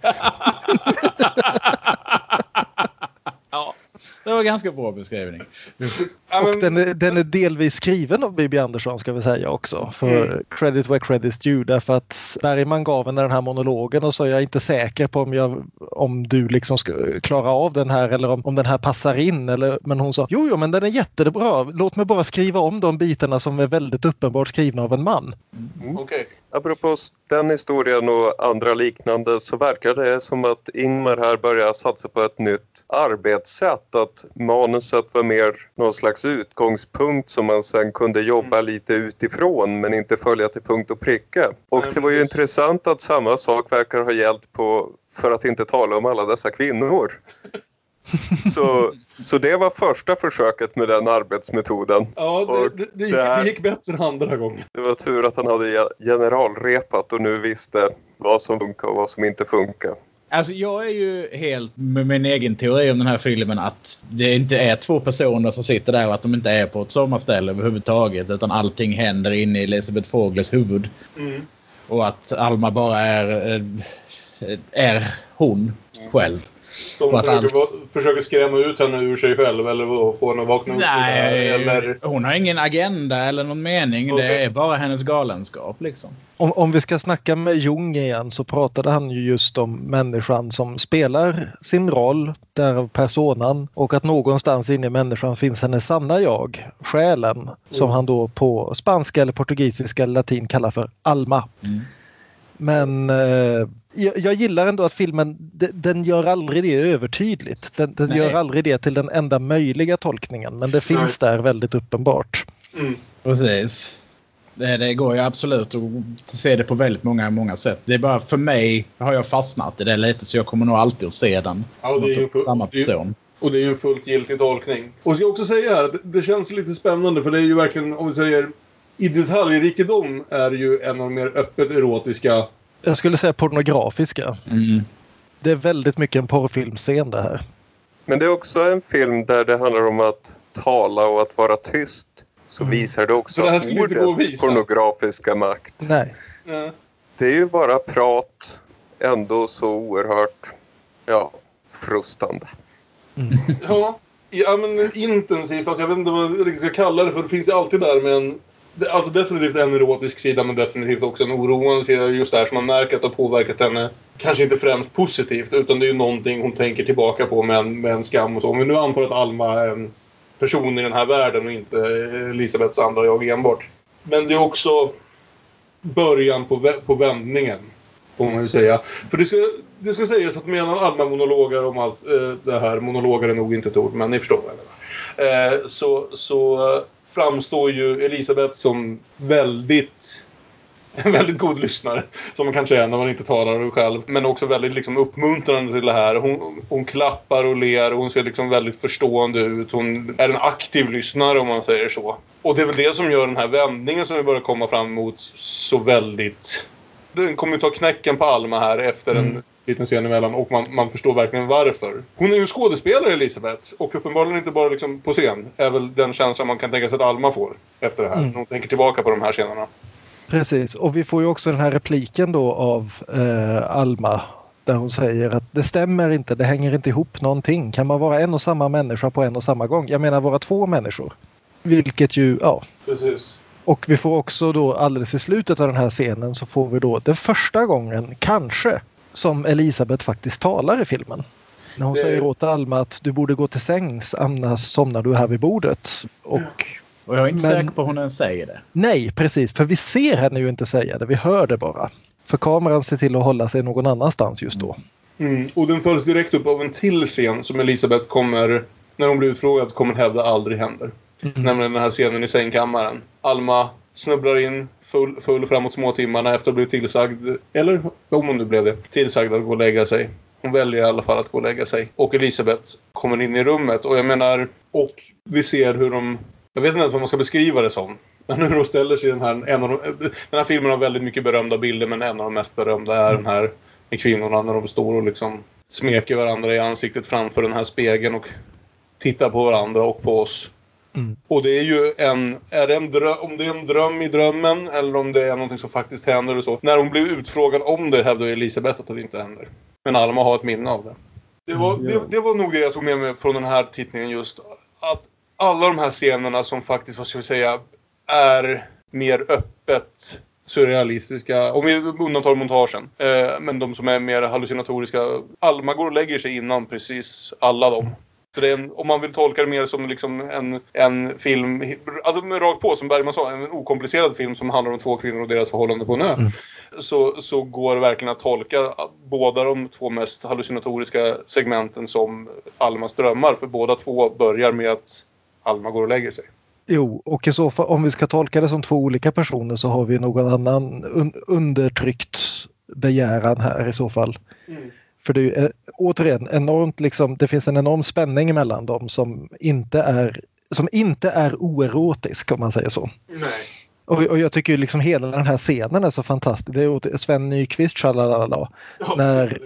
Ja, det var ganska bra beskrivning. Och den är, den är delvis skriven av Bibi Andersson ska vi säga också. För mm. credit where credit's due. Därför att Bergman gav henne den här monologen och så är jag inte säker på om, jag, om du liksom ska klara av den här eller om, om den här passar in. Eller, men hon sa, jo, jo men den är jättebra. Låt mig bara skriva om de bitarna som är väldigt uppenbart skrivna av en man. Mm. Okej. Okay. Apropå den historien och andra liknande så verkar det som att Ingmar här börjar satsa på ett nytt arbetssätt. Att manuset var mer någon slags utgångspunkt som man sen kunde jobba mm. lite utifrån men inte följa till punkt och pricka. Och Nej, det var ju precis. Intressant att samma sak verkar ha gällt på, för att inte tala om alla dessa kvinnor. Så, så det var första försöket med den arbetsmetoden. Ja, det, det, det, gick, det gick bättre andra gången. Det var tur att han hade generalrepat och nu visste vad som funkar och vad som inte funkar. Alltså jag är ju helt med min egen teori om den här filmen att det inte är två personer som sitter där och att de inte är på ett sommarställe överhuvudtaget utan allting händer inne i Elisabeth Fogles huvud. Mm. Och att Alma bara är, är hon själv. De försöker, allt... försöker skrämma ut henne ur sig själv eller vad, få henne att vakna upp? Nej, eller... hon har ingen agenda eller någon mening. Okay. Det är bara hennes galenskap liksom. Om, om vi ska snacka med Jung igen så pratade han ju just om människan som spelar sin roll, därav personan, och att någonstans inne i människan finns hennes sanna jag, själen, mm. som han då på spanska eller portugisiska eller latin kallar för alma. Mm. Men eh, jag, jag gillar ändå att filmen, de, den gör aldrig det övertydligt. Den, den gör aldrig det till den enda möjliga tolkningen. Men det finns Nej. där väldigt uppenbart. Mm. Precis. Det, det går ju absolut att se det på väldigt många, många sätt. Det är bara för mig har jag fastnat i det lite så jag kommer nog alltid att se den. Ja, det är ju full, samma person. Och det är ju en fullt giltig tolkning. Och jag ska också säga här, det, det känns lite spännande för det är ju verkligen, om vi säger... I detaljrikedom är ju en av de mer öppet erotiska... Jag skulle säga pornografiska. Mm. Det är väldigt mycket en porrfilmscen det här. Men det är också en film där det handlar om att tala och att vara tyst. Så mm. visar det också det här ordets pornografiska makt. Nej. Ja. Det är ju bara prat, ändå så oerhört, ja, frustande. Mm. Ja, ja, men intensivt. Alltså jag vet inte vad jag riktigt ska kalla det för. Det finns ju alltid där med en... Alltså definitivt en erotisk sida men definitivt också en oroande sida just där som man märker att det har påverkat henne. Kanske inte främst positivt utan det är ju någonting hon tänker tillbaka på med en, med en skam och så. Om vi nu antar att Alma är en person i den här världen och inte Elisabeths andra jag enbart. Men det är också början på, på vändningen. Får man ju säga. För det ska, det ska sägas att medan Alma monologer om allt eh, det här, monologer är nog inte ett ord men ni förstår vad eh, så, så framstår ju Elisabeth som väldigt en väldigt god lyssnare som man kan känna när man inte talar själv men också väldigt liksom uppmuntrande till det här. Hon, hon klappar och ler och hon ser liksom väldigt förstående ut. Hon är en aktiv lyssnare om man säger så. Och det är väl det som gör den här vändningen som vi börjar komma fram emot så väldigt... Den kommer ju ta knäcken på Alma här efter en mm. liten scen emellan och man, man förstår verkligen varför. Hon är ju skådespelare Elisabeth och uppenbarligen inte bara liksom på scen är väl den känslan man kan tänka sig att Alma får efter det här. Mm. Hon tänker tillbaka på de här scenerna. Precis, och vi får ju också den här repliken då av eh, Alma där hon säger att det stämmer inte, det hänger inte ihop någonting. Kan man vara en och samma människa på en och samma gång? Jag menar vara två människor. Vilket ju, ja. Precis. Och vi får också då alldeles i slutet av den här scenen så får vi då den första gången kanske som Elisabeth faktiskt talar i filmen. När hon det... säger åt Alma att du borde gå till sängs annars somnar du här vid bordet. Och Och jag är inte Men, säker på hon ens säger det. Nej, precis. För vi ser henne ju inte säga det. Vi hör det bara. För kameran ser till att hålla sig någon annanstans just då. Mm. Och den följs direkt upp av en till scen som Elisabeth kommer, när hon blir utfrågad, kommer hävda aldrig händer. Mm. Nämligen den här scenen i sängkammaren. Alma snubblar in full, full framåt småtimmarna efter att ha blivit tillsagd, eller om hon nu blev det, tillsagd att gå och lägga sig. Hon väljer i alla fall att gå och lägga sig. Och Elisabeth kommer in i rummet. Och jag menar, och vi ser hur de, jag vet inte ens vad man ska beskriva det som. Men hur de ställer sig i den här, en av de, den här filmen har väldigt mycket berömda bilder, men en av de mest berömda är den här med kvinnorna när de står och liksom smeker varandra i ansiktet framför den här spegeln och tittar på varandra och på oss. Mm. Och det är ju en, är det en dröm, om det är en dröm i drömmen eller om det är någonting som faktiskt händer och så. När hon blev utfrågad om det hävdade Elisabeth att det inte händer. Men Alma har ett minne av det. Det var, det, det var nog det jag tog med mig från den här tittningen, just att alla de här scenerna som faktiskt, vad ska vi säga, är mer öppet surrealistiska, om vi undantar montagen, eh, men de som är mer hallucinatoriska, Alma går och lägger sig innan precis alla dem. Så det är en, om man vill tolka det mer som liksom en, en film, alltså med rakt på som Bergman sa, en okomplicerad film som handlar om två kvinnor och deras förhållande på en ö, mm. så, så går det verkligen att tolka båda de två mest hallucinatoriska segmenten som Almas drömmar, för båda två börjar med att Alma går och lägger sig. Jo, och i så fall, om vi ska tolka det som två olika personer så har vi någon annan un- undertryckt begäran här i så fall. Mm. För det är återigen enormt, liksom, det finns en enorm spänning mellan dem som inte är, som inte är oerotisk, om man säger så. Nej. Och, och jag tycker ju liksom hela den här scenen är så fantastisk. Det är Sven Nykvist, tjalalala, ja, när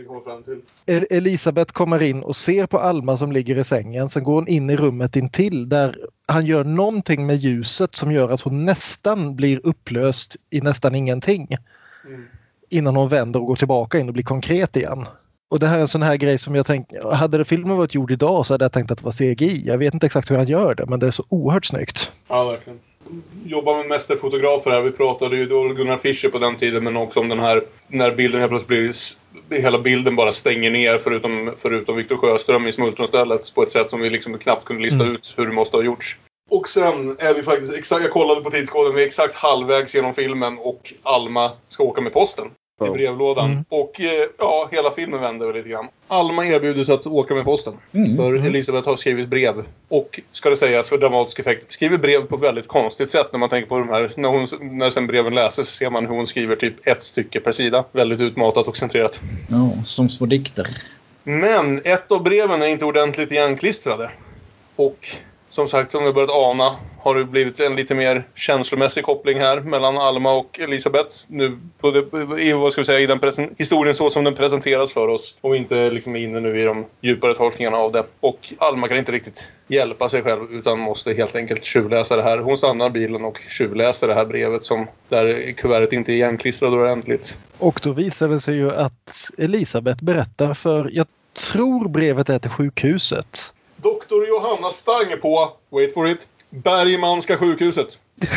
El- Elisabeth kommer in och ser på Alma som ligger i sängen. Sen går hon in i rummet intill där han gör någonting med ljuset som gör att hon nästan blir upplöst i nästan ingenting. Mm. Innan hon vänder och går tillbaka in och blir konkret igen. Och det här är en sån här grej som jag tänkte, hade det filmen varit gjord idag så hade jag tänkt att det var C G I. Jag vet inte exakt hur han gör det, men det är så oerhört snyggt. Ja, verkligen. Jobbar med mästerfotografer här. Vi pratade ju då Gunnar Fischer på den tiden, men också om den här, när bilden helt plötsligt blir, hela bilden bara stänger ner förutom, förutom Viktor Sjöström i Smultronstället på ett sätt som vi liksom knappt kunde lista mm. ut hur det måste ha gjorts. Och sen är vi faktiskt, exakt, jag kollade på tidskoden, vi är exakt halvvägs genom filmen och Alma ska åka med posten till brevlådan. Mm. Och ja, hela filmen vänder väl lite grann. Alma erbjuder sig att åka med posten. Mm. För Elisabeth har skrivit brev. Och ska det sägas för dramatisk effekt, skriver brev på ett väldigt konstigt sätt när man tänker på de här. När, hon, när sen breven läses ser man hur hon skriver typ ett stycke per sida. Väldigt utmatat och centrerat. Ja, som små dikter. Men ett av breven är inte ordentligt igenklistrade. Och som sagt, som vi börjat ana, har det blivit en lite mer känslomässig koppling här mellan Alma och Elisabeth. Nu på det, i, vad ska vi säga, i den presen- historien så som den presenteras för oss. Och inte liksom inne nu i de djupare tolkningarna av det. Och Alma kan inte riktigt hjälpa sig själv utan måste helt enkelt tjuvläsa det här. Hon stannar bilen och tjuvläser det här brevet som där kuvertet inte är igenklistrad ordentligt. Och då visar det sig ju att Elisabeth berättar för, jag tror brevet är till sjukhuset. Doktor Johanna Stang på, wait for it, Bergmanska sjukhuset.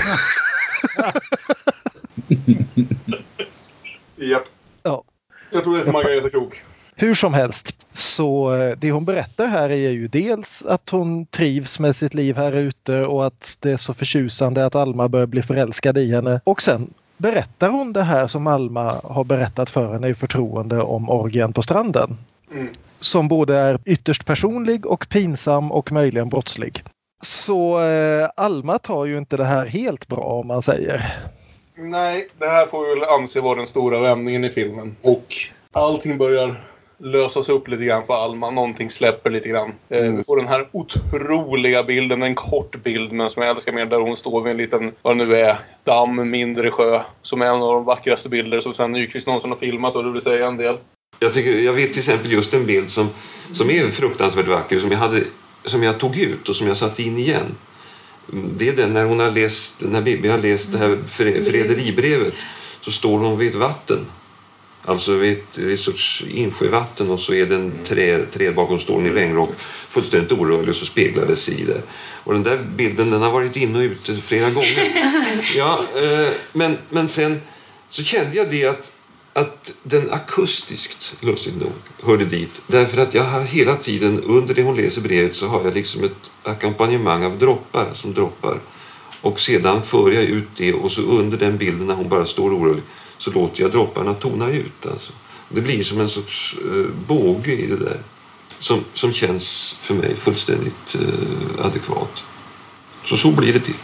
Japp. Ja. Jag tror det är till Margareta Krok. Hur som helst, så det hon berättar här är ju dels att hon trivs med sitt liv här ute och att det är så förtjusande att Alma börjar bli förälskad i henne. Och sen berättar hon det här som Alma har berättat för henne i förtroende om orgien på stranden. Mm. Som både är ytterst personlig och pinsam och möjligen brottslig. Så eh, Alma tar ju inte det här helt bra om man säger. Nej, det här får vi väl anse vara den stora vändningen i filmen. Och allting börjar lösas upp lite grann för Alma. Någonting släpper lite grann. Mm. Eh, vi får den här otroliga bilden, en kort bild men som jag älskar mer, där hon står vid en liten, vad det nu är, damm, mindre sjö. Som är en av de vackraste bilder som Sven Nykvist någonsin har filmat, och det vill säga en del. Jag, tycker, jag vet till exempel just en bild som, som är fruktansvärt vacker, som jag, hade, som jag tog ut och som jag satte in igen. Det är den när hon har läst, när Bibi har läst det här Frederibrevet, så står hon vid ett vatten. Alltså vid ett, vid ett sorts insjövatten, och så är det en träd, träd bakom stolen i regnrock, fullständigt orörlig, så speglades i det. Och den där bilden, den har varit in och ute flera gånger. Ja, eh, men, men sen så kände jag det att att den akustiskt, lustigt nog, hörde dit. Därför att jag har hela tiden, under det hon läser brevet, så har jag liksom ett ackompanjemang av droppar som droppar. Och sedan för jag ut det och så under den bilden när hon bara står orolig så låter jag dropparna tona ut. Alltså. Det blir som en sorts eh, båge i det där som, som känns för mig fullständigt eh, adekvat. Så så blir det till.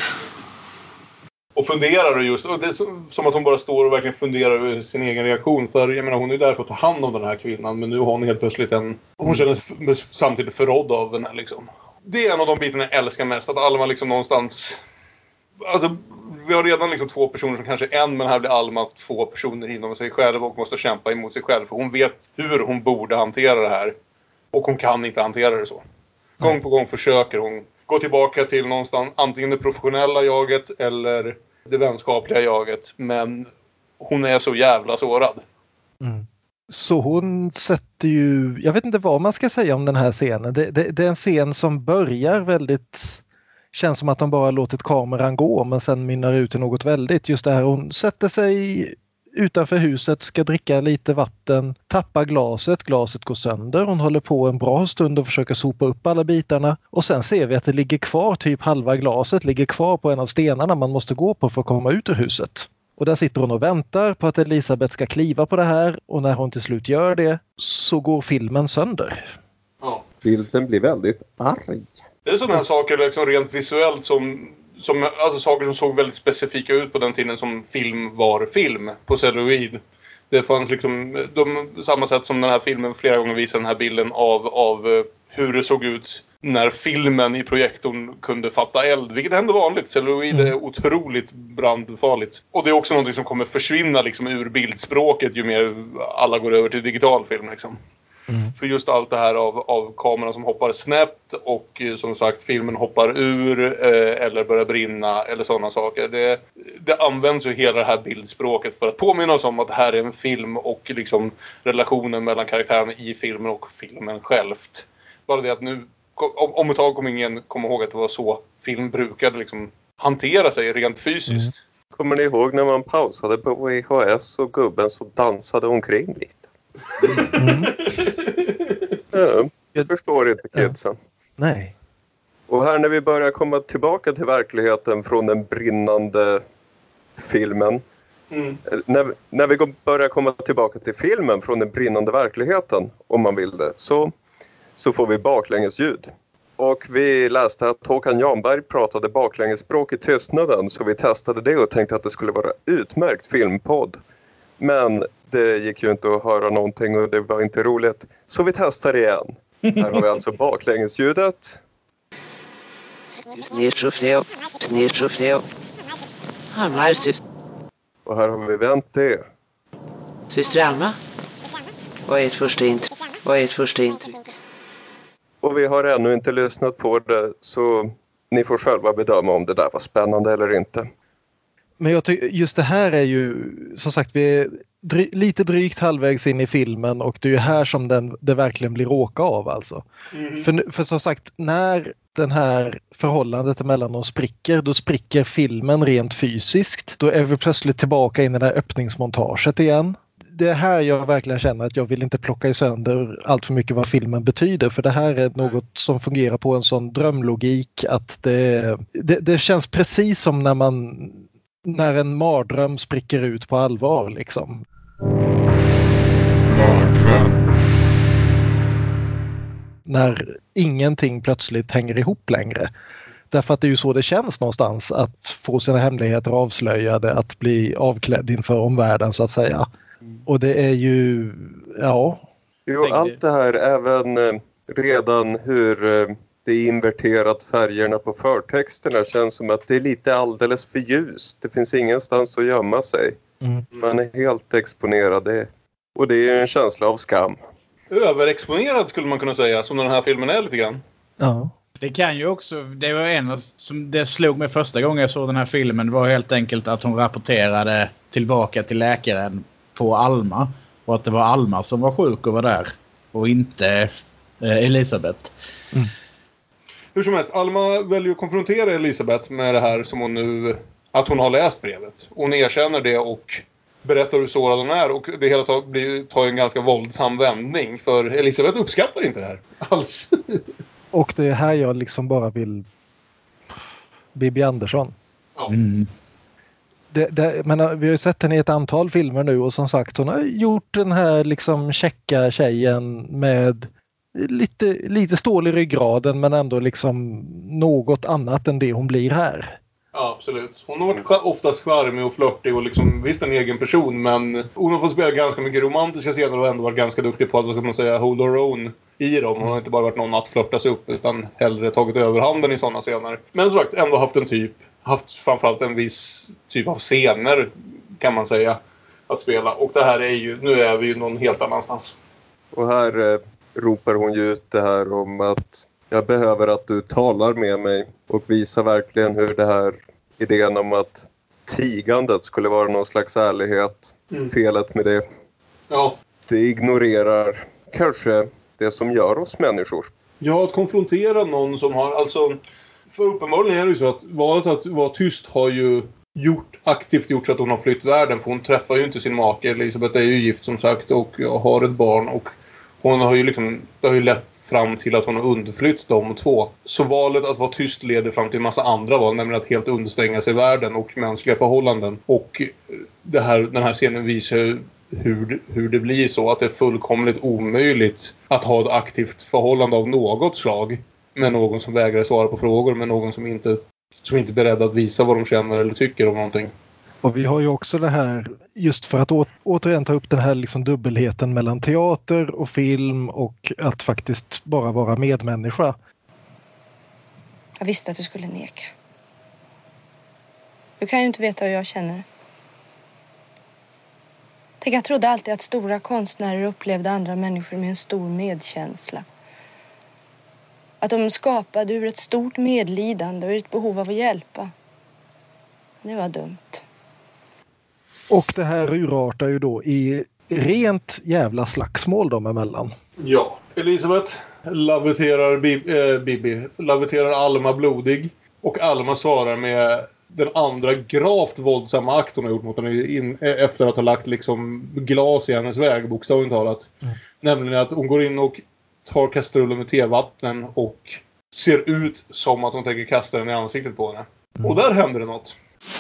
Och funderar du just, och det är som att hon bara står och verkligen funderar över sin egen reaktion. För jag menar, hon är där för att ta hand om den här kvinnan, men nu har hon helt plötsligt en, hon känner sig samtidigt förrådd av den här liksom. Det är en av de bitarna jag älskar mest, att Alma liksom någonstans, alltså vi har redan liksom två personer som kanske en, men här blir Alma två personer inom sig själv och måste kämpa emot sig själv. För hon vet hur hon borde hantera det här och hon kan inte hantera det så. Gång på gång försöker hon gå tillbaka till någonstans, antingen det professionella jaget eller det vänskapliga jaget. Men hon är så jävla sårad. Mm. Så hon sätter ju, jag vet inte vad man ska säga om den här scenen. Det, det, det är en scen som börjar väldigt, känns som att de bara låtit kameran gå, men sen mynnar ut i något väldigt. Just det här, hon sätter sig utanför huset, ska dricka lite vatten, tappar glaset, glaset går sönder. Hon håller på en bra stund och försöker sopa upp alla bitarna. Och sen ser vi att det ligger kvar, typ halva glaset ligger kvar på en av stenarna man måste gå på för att komma ut ur huset. Och där sitter hon och väntar på att Elisabeth ska kliva på det här, och när hon till slut gör det så går filmen sönder. Ja. Filmen blir väldigt arg. Det är sådana här saker liksom rent visuellt som, som alltså saker som såg väldigt specifika ut på den tiden som film var film på celluloid. Det fanns liksom de, samma sätt som den här filmen flera gånger visar den här bilden av, av hur det såg ut när filmen i projektorn kunde fatta eld, vilket ändå vanligt. Celluloid är otroligt brandfarligt. Och det är också något som kommer försvinna liksom ur bildspråket ju mer alla går över till digital film liksom. Mm. För just allt det här av, av kameran som hoppar snett och som sagt filmen hoppar ur eh, eller börjar brinna eller sådana saker. Det, det används ju hela det här bildspråket för att påminna oss om att det här är en film och liksom relationen mellan karaktären i filmen och filmen självt. Bara det att nu, om, om ett tag kommer ingen komma ihåg att det var så film brukade liksom hantera sig rent fysiskt. Mm. Kommer ni ihåg när man pausade på V H S och gubben så dansade omkring lite? Mm. Ja, jag förstår inte kidsen. Ja. Nej. Och här när vi börjar komma tillbaka till verkligheten från den brinnande filmen. Mm. När, när vi börjar komma tillbaka till filmen från den brinnande verkligheten, om man vill det, så, så får vi baklängesljud. Och vi läste att Håkan Janberg pratade baklängesspråk i tystnaden, så vi testade det och tänkte att det skulle vara utmärkt filmpodd. Men det gick ju inte att höra någonting och det var inte roligt. Så vi testar igen. Här har vi alltså baklängesljudet. Och här har vi vänt det. Syster Alma, vad är ert första intryck? Vad är ert första intryck? Och vi har ännu inte lyssnat på det, så ni får själva bedöma om det där var spännande eller inte. Men jag tycker just det här är ju, som sagt, vi är dry, lite drygt halvvägs in i filmen och det är ju här som den, det verkligen blir råka av alltså. Mm. För, för som sagt, när den här förhållandet mellan dem spricker, då spricker filmen rent fysiskt. Då är vi plötsligt tillbaka in i det här öppningsmontaget igen. Det är här jag verkligen känner att jag vill inte plocka i sönder allt för mycket vad filmen betyder. För det här är något som fungerar på en sån drömlogik att det, det, det känns precis som när man... när en mardröm spricker ut på allvar liksom. Mardröm. När ingenting plötsligt hänger ihop längre. Därför att det är ju så det känns någonstans att få sina hemligheter avslöjade, att bli avklädd inför omvärlden så att säga. Och det är ju, ja. Jo, allt det här, även redan hur det är inverterat färgerna på förtexterna känns som att det är lite alldeles för ljust. Det finns ingenstans att gömma sig. Mm. Man är helt exponerad. Det. Och det är en känsla av skam. Överexponerad skulle man kunna säga, som den här filmen är lite grann. Ja. Det kan ju också, det var en som det slog mig första gången jag såg den här filmen, var helt enkelt att hon rapporterade tillbaka till läkaren på Alma. Och att det var Alma som var sjuk och var där. Och inte eh, Elisabeth. Mm. Hur som helst, Alma väljer att konfrontera Elisabeth med det här som hon nu, att hon har läst brevet. Hon erkänner det och berättar hur sårad hon är. Och det hela tar, blir, tar en ganska våldsam vändning. För Elisabeth uppskattar inte det här alls. Och det är här jag liksom bara vill Bibi Andersson. Ja. Mm. Det, det, men vi har ju sett henne i ett antal filmer nu och som sagt hon har gjort den här liksom checka tjejen med lite, lite stål i ryggraden men ändå liksom något annat än det hon blir här. Ja, absolut. Hon har varit oftast charmig och flörtig och liksom visst en egen person, men hon har fått spela ganska mycket romantiska scener och ändå varit ganska duktig på att, vad ska man säga, hold her own i dem. Hon har inte bara varit någon att flörtas upp utan hellre tagit överhanden i sådana scener. Men som sagt, ändå haft en typ, haft framförallt en viss typ av scener kan man säga att spela. Och det här är ju, nu är vi ju någon helt annanstans. Och här eh, ropar hon ju ut det här om att jag behöver att du talar med mig och visar verkligen hur det här idén om att tigandet skulle vara någon slags ärlighet. Mm. Felet med det. Ja. Det ignorerar kanske det som gör oss människor. Ja, att konfrontera någon som har, alltså, för uppenbarligen är det ju så att valet att vara tyst har ju gjort, aktivt gjort så att hon har flytt världen, för hon träffar ju inte sin make. Elisabeth är ju gift som sagt och har ett barn och hon har ju liksom, det har ju lett fram till att hon har undflytt de två. Så valet att vara tyst leder fram till en massa andra val, nämligen att helt understänga sig världen och mänskliga förhållanden. Och det här, den här scenen visar hur, hur det blir så att det är fullkomligt omöjligt att ha ett aktivt förhållande av något slag med någon som vägrar svara på frågor, med någon som inte, som inte är beredd att visa vad de känner eller tycker om någonting. Och vi har ju också det här, just för att å- återigen ta upp den här liksom dubbelheten mellan teater och film och att faktiskt bara vara medmänniska. Jag visste att du skulle neka. Du kan ju inte veta hur jag känner. Tänk, jag trodde alltid att stora konstnärer upplevde andra människor med en stor medkänsla. Att de skapade ur ett stort medlidande och ett behov av att hjälpa. Det var dumt. Och det här urartar ju då i rent jävla slagsmål dem emellan. Ja, Elisabeth laviterar Bibi, äh, Bibi laviterar Alma blodig och Alma svarar med den andra gravt våldsamma akt hon har gjort mot henne in, efter att ha lagt liksom glas i hennes väg, bokstavligt talat. Mm. Nämligen att hon går in och tar kastrullen med tevattnen och ser ut som att hon tänker kasta den i ansiktet på henne. Mm. Och där händer det något.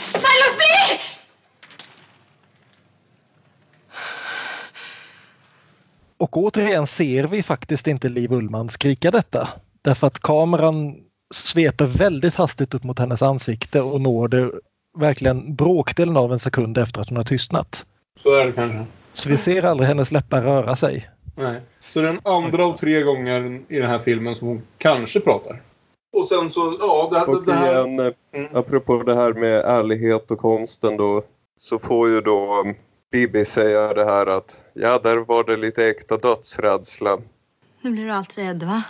Och återigen ser vi faktiskt inte Liv Ullmann skrika detta. Därför att kameran sveper väldigt hastigt upp mot hennes ansikte och når det verkligen bråkdelen av en sekund efter att hon har tystnat. Så är det kanske. Så vi ser aldrig hennes läppar röra sig. Nej. Så det är den andra av tre gånger i den här filmen som hon kanske pratar. Och sen så, ja, det här... Och det här... igen, mm. apropå det här med ärlighet och konsten då, så får ju då Bibi säga det här att ja, där var det lite äkta dödsrädsla. Nu blir du allt rädd, va?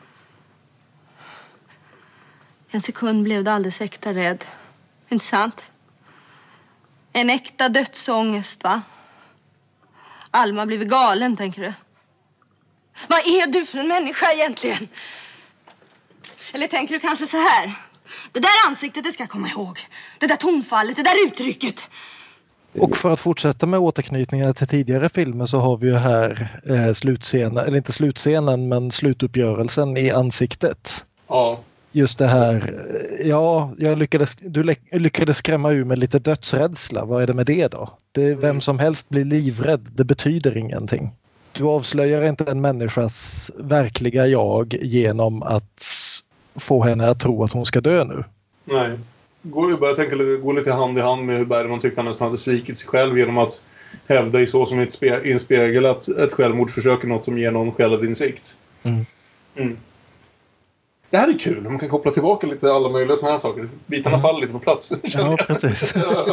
En sekund blev du alldeles äkta rädd. Inte sant? En äkta dödsångest, va? Alma blev galen, tänker du? Vad är du för en människa egentligen? Eller tänker du kanske så här? Det där ansiktet, det ska jag komma ihåg. Det där tonfallet, det där uttrycket. Och för att fortsätta med återknytningar till tidigare filmer så har vi ju här eh, slutscenen, eller inte slutscenen men slutuppgörelsen i ansiktet. Ja. Just det här, ja, jag lyckades, du lyckades skrämma ur med lite dödsrädsla. Vad är det med det då? Det är vem som helst blir livrädd, det betyder ingenting. Du avslöjar inte en människas verkliga jag genom att få henne att tro att hon ska dö nu. Nej. Går ju bara tänka lite, går lite hand i hand med hur Bergman tyckte han nästan hade svikit sig själv genom att hävda i så som ett spe, i en spegel att ett självmordsförsök är något som ger någon självinsikt. Mm. Mm. Det här är kul. Man kan koppla tillbaka lite alla möjliga sådana här saker. Bitarna mm. faller lite på plats. Ja, precis.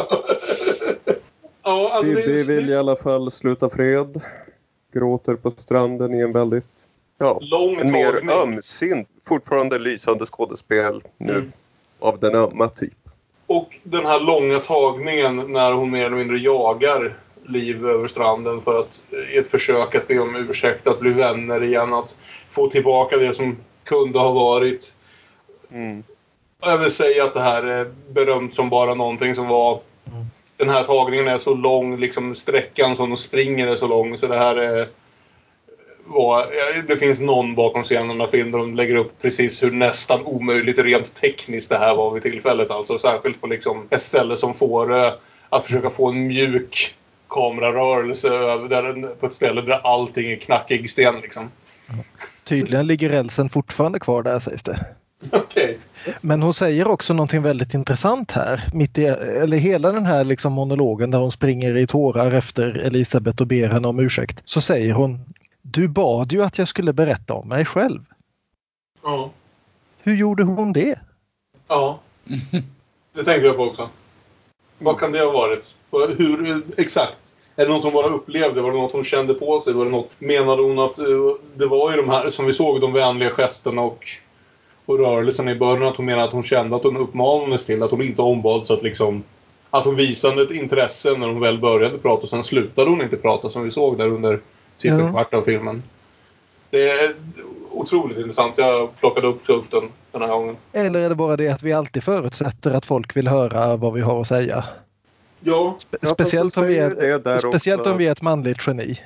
Ja, alltså Bibi det... vill i alla fall sluta fred. Gråter på stranden i en väldigt ja, lång en mer ömsint, fortfarande lysande skådespel nu mm. av den ömma typ. Och den här långa tagningen när hon mer eller mindre jagar Liv över stranden för att i ett försök att be om ursäkt, att bli vänner igen, att få tillbaka det som kunde ha varit. Mm. Jag vill säga att det här är berömt som bara någonting som var mm. den här tagningen är så lång, liksom sträckan som de springer är så lång, så det här är var, det finns någon bakom scenen av film där de lägger upp precis hur nästan omöjligt rent tekniskt det här var vid tillfället. Alltså särskilt på liksom ett ställe som får eh, att försöka få en mjuk kamerarörelse över där, på ett ställe där allting är knackig sten liksom. Tydligen ligger rälsen fortfarande kvar där, sägs det. Okej. Men hon säger också någonting väldigt intressant här. Mitt i, eller hela den här liksom monologen där hon springer i tårar efter Elisabeth och ber henne om ursäkt. Så säger hon: du bad ju att jag skulle berätta om mig själv. Ja. Hur gjorde hon det? Ja. Det tänkte jag på också. Vad kan det ha varit? Hur, exakt. Är det något hon bara upplevde? Var det något hon kände på sig? Var det något, menade hon att det var ju de här, som vi såg, de vänliga gesterna och, och rörelsen i början, att hon menade att hon kände att hon uppmanades till, att hon inte ombads att liksom, att hon visade ett intresse när hon väl började prata och sen slutade hon inte prata, som vi såg där under typ en kvart av filmen. Det är otroligt intressant. Jag plockade upp, upp den den här gången. Eller är det bara det att vi alltid förutsätter att folk vill höra vad vi har att säga? Ja. Spe- speciellt om vi är, speciellt om vi är ett manligt geni.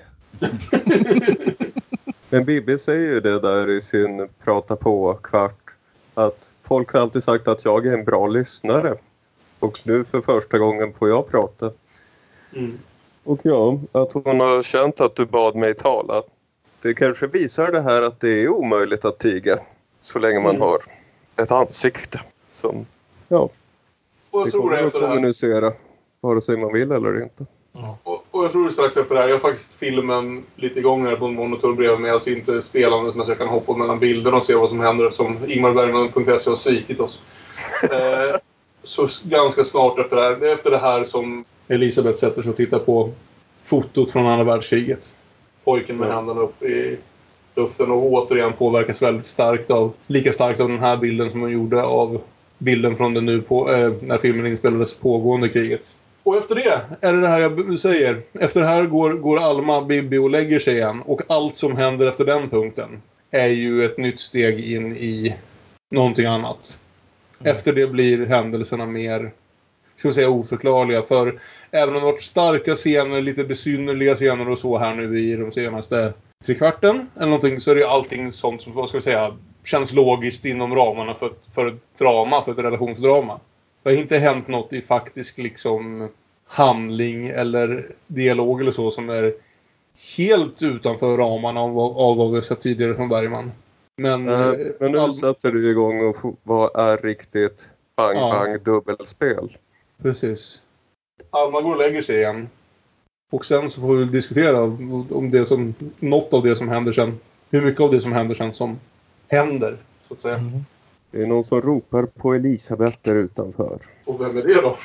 Men Bibi säger ju det där i sin prata på kvart, att folk har alltid sagt att jag är en bra lyssnare. Och nu för första gången får jag prata. Mm. Och ja, att hon har känt att du bad mig tala. Det kanske visar det här att det är omöjligt att tiga så länge man mm. har ett ansikte som, ja, och jag det tror kommer det att kommunicera vare sig man vill eller inte. Ja. Och, och jag tror det strax efter det här, jag har faktiskt filmen lite igång här på en monitor bredvid mig, alltså inte spelande, men jag kan hoppa mellan bilder och se vad som händer eftersom Ingmar Bergman punkt se har svikit oss. eh, så ganska snart efter det här, det är efter det här som Elisabeth sätter sig och tittar på fotot från andra världskriget. Pojken med händerna upp i luften och återigen påverkas väldigt starkt av, lika starkt av den här bilden som hon gjorde av bilden från den nu på, eh, när filmen inspelades pågående kriget. Och efter det är det det här jag säger. Efter det här går, går Alma, Bibi och lägger sig igen. Och allt som händer efter den punkten är ju ett nytt steg in i någonting annat. Mm. Efter det blir händelserna mer, ska vi säga, oförklarliga. För även om det varit starka scener, lite besynnerliga scener och så här nu i de senaste tre kvarten eller någonting, så är det ju allting sånt som, vad ska vi säga, känns logiskt inom ramarna för, för ett drama, för ett relationsdrama. Det har inte hänt något i faktisk liksom handling eller dialog eller så som är helt utanför ramarna av, av vad vi har sett tidigare från Bergman. Men, äh, men nu all... sätter du igång och f- vad är riktigt bang ja. bang dubbelspel. Precis. Alma går och lägger sig igen. Och sen så får vi diskutera om det som, något av det som händer sen. Hur mycket av det som händer sen som händer, så att säga. Mm. Det är någon som ropar på Elisabeth där utanför. Och vem är det då?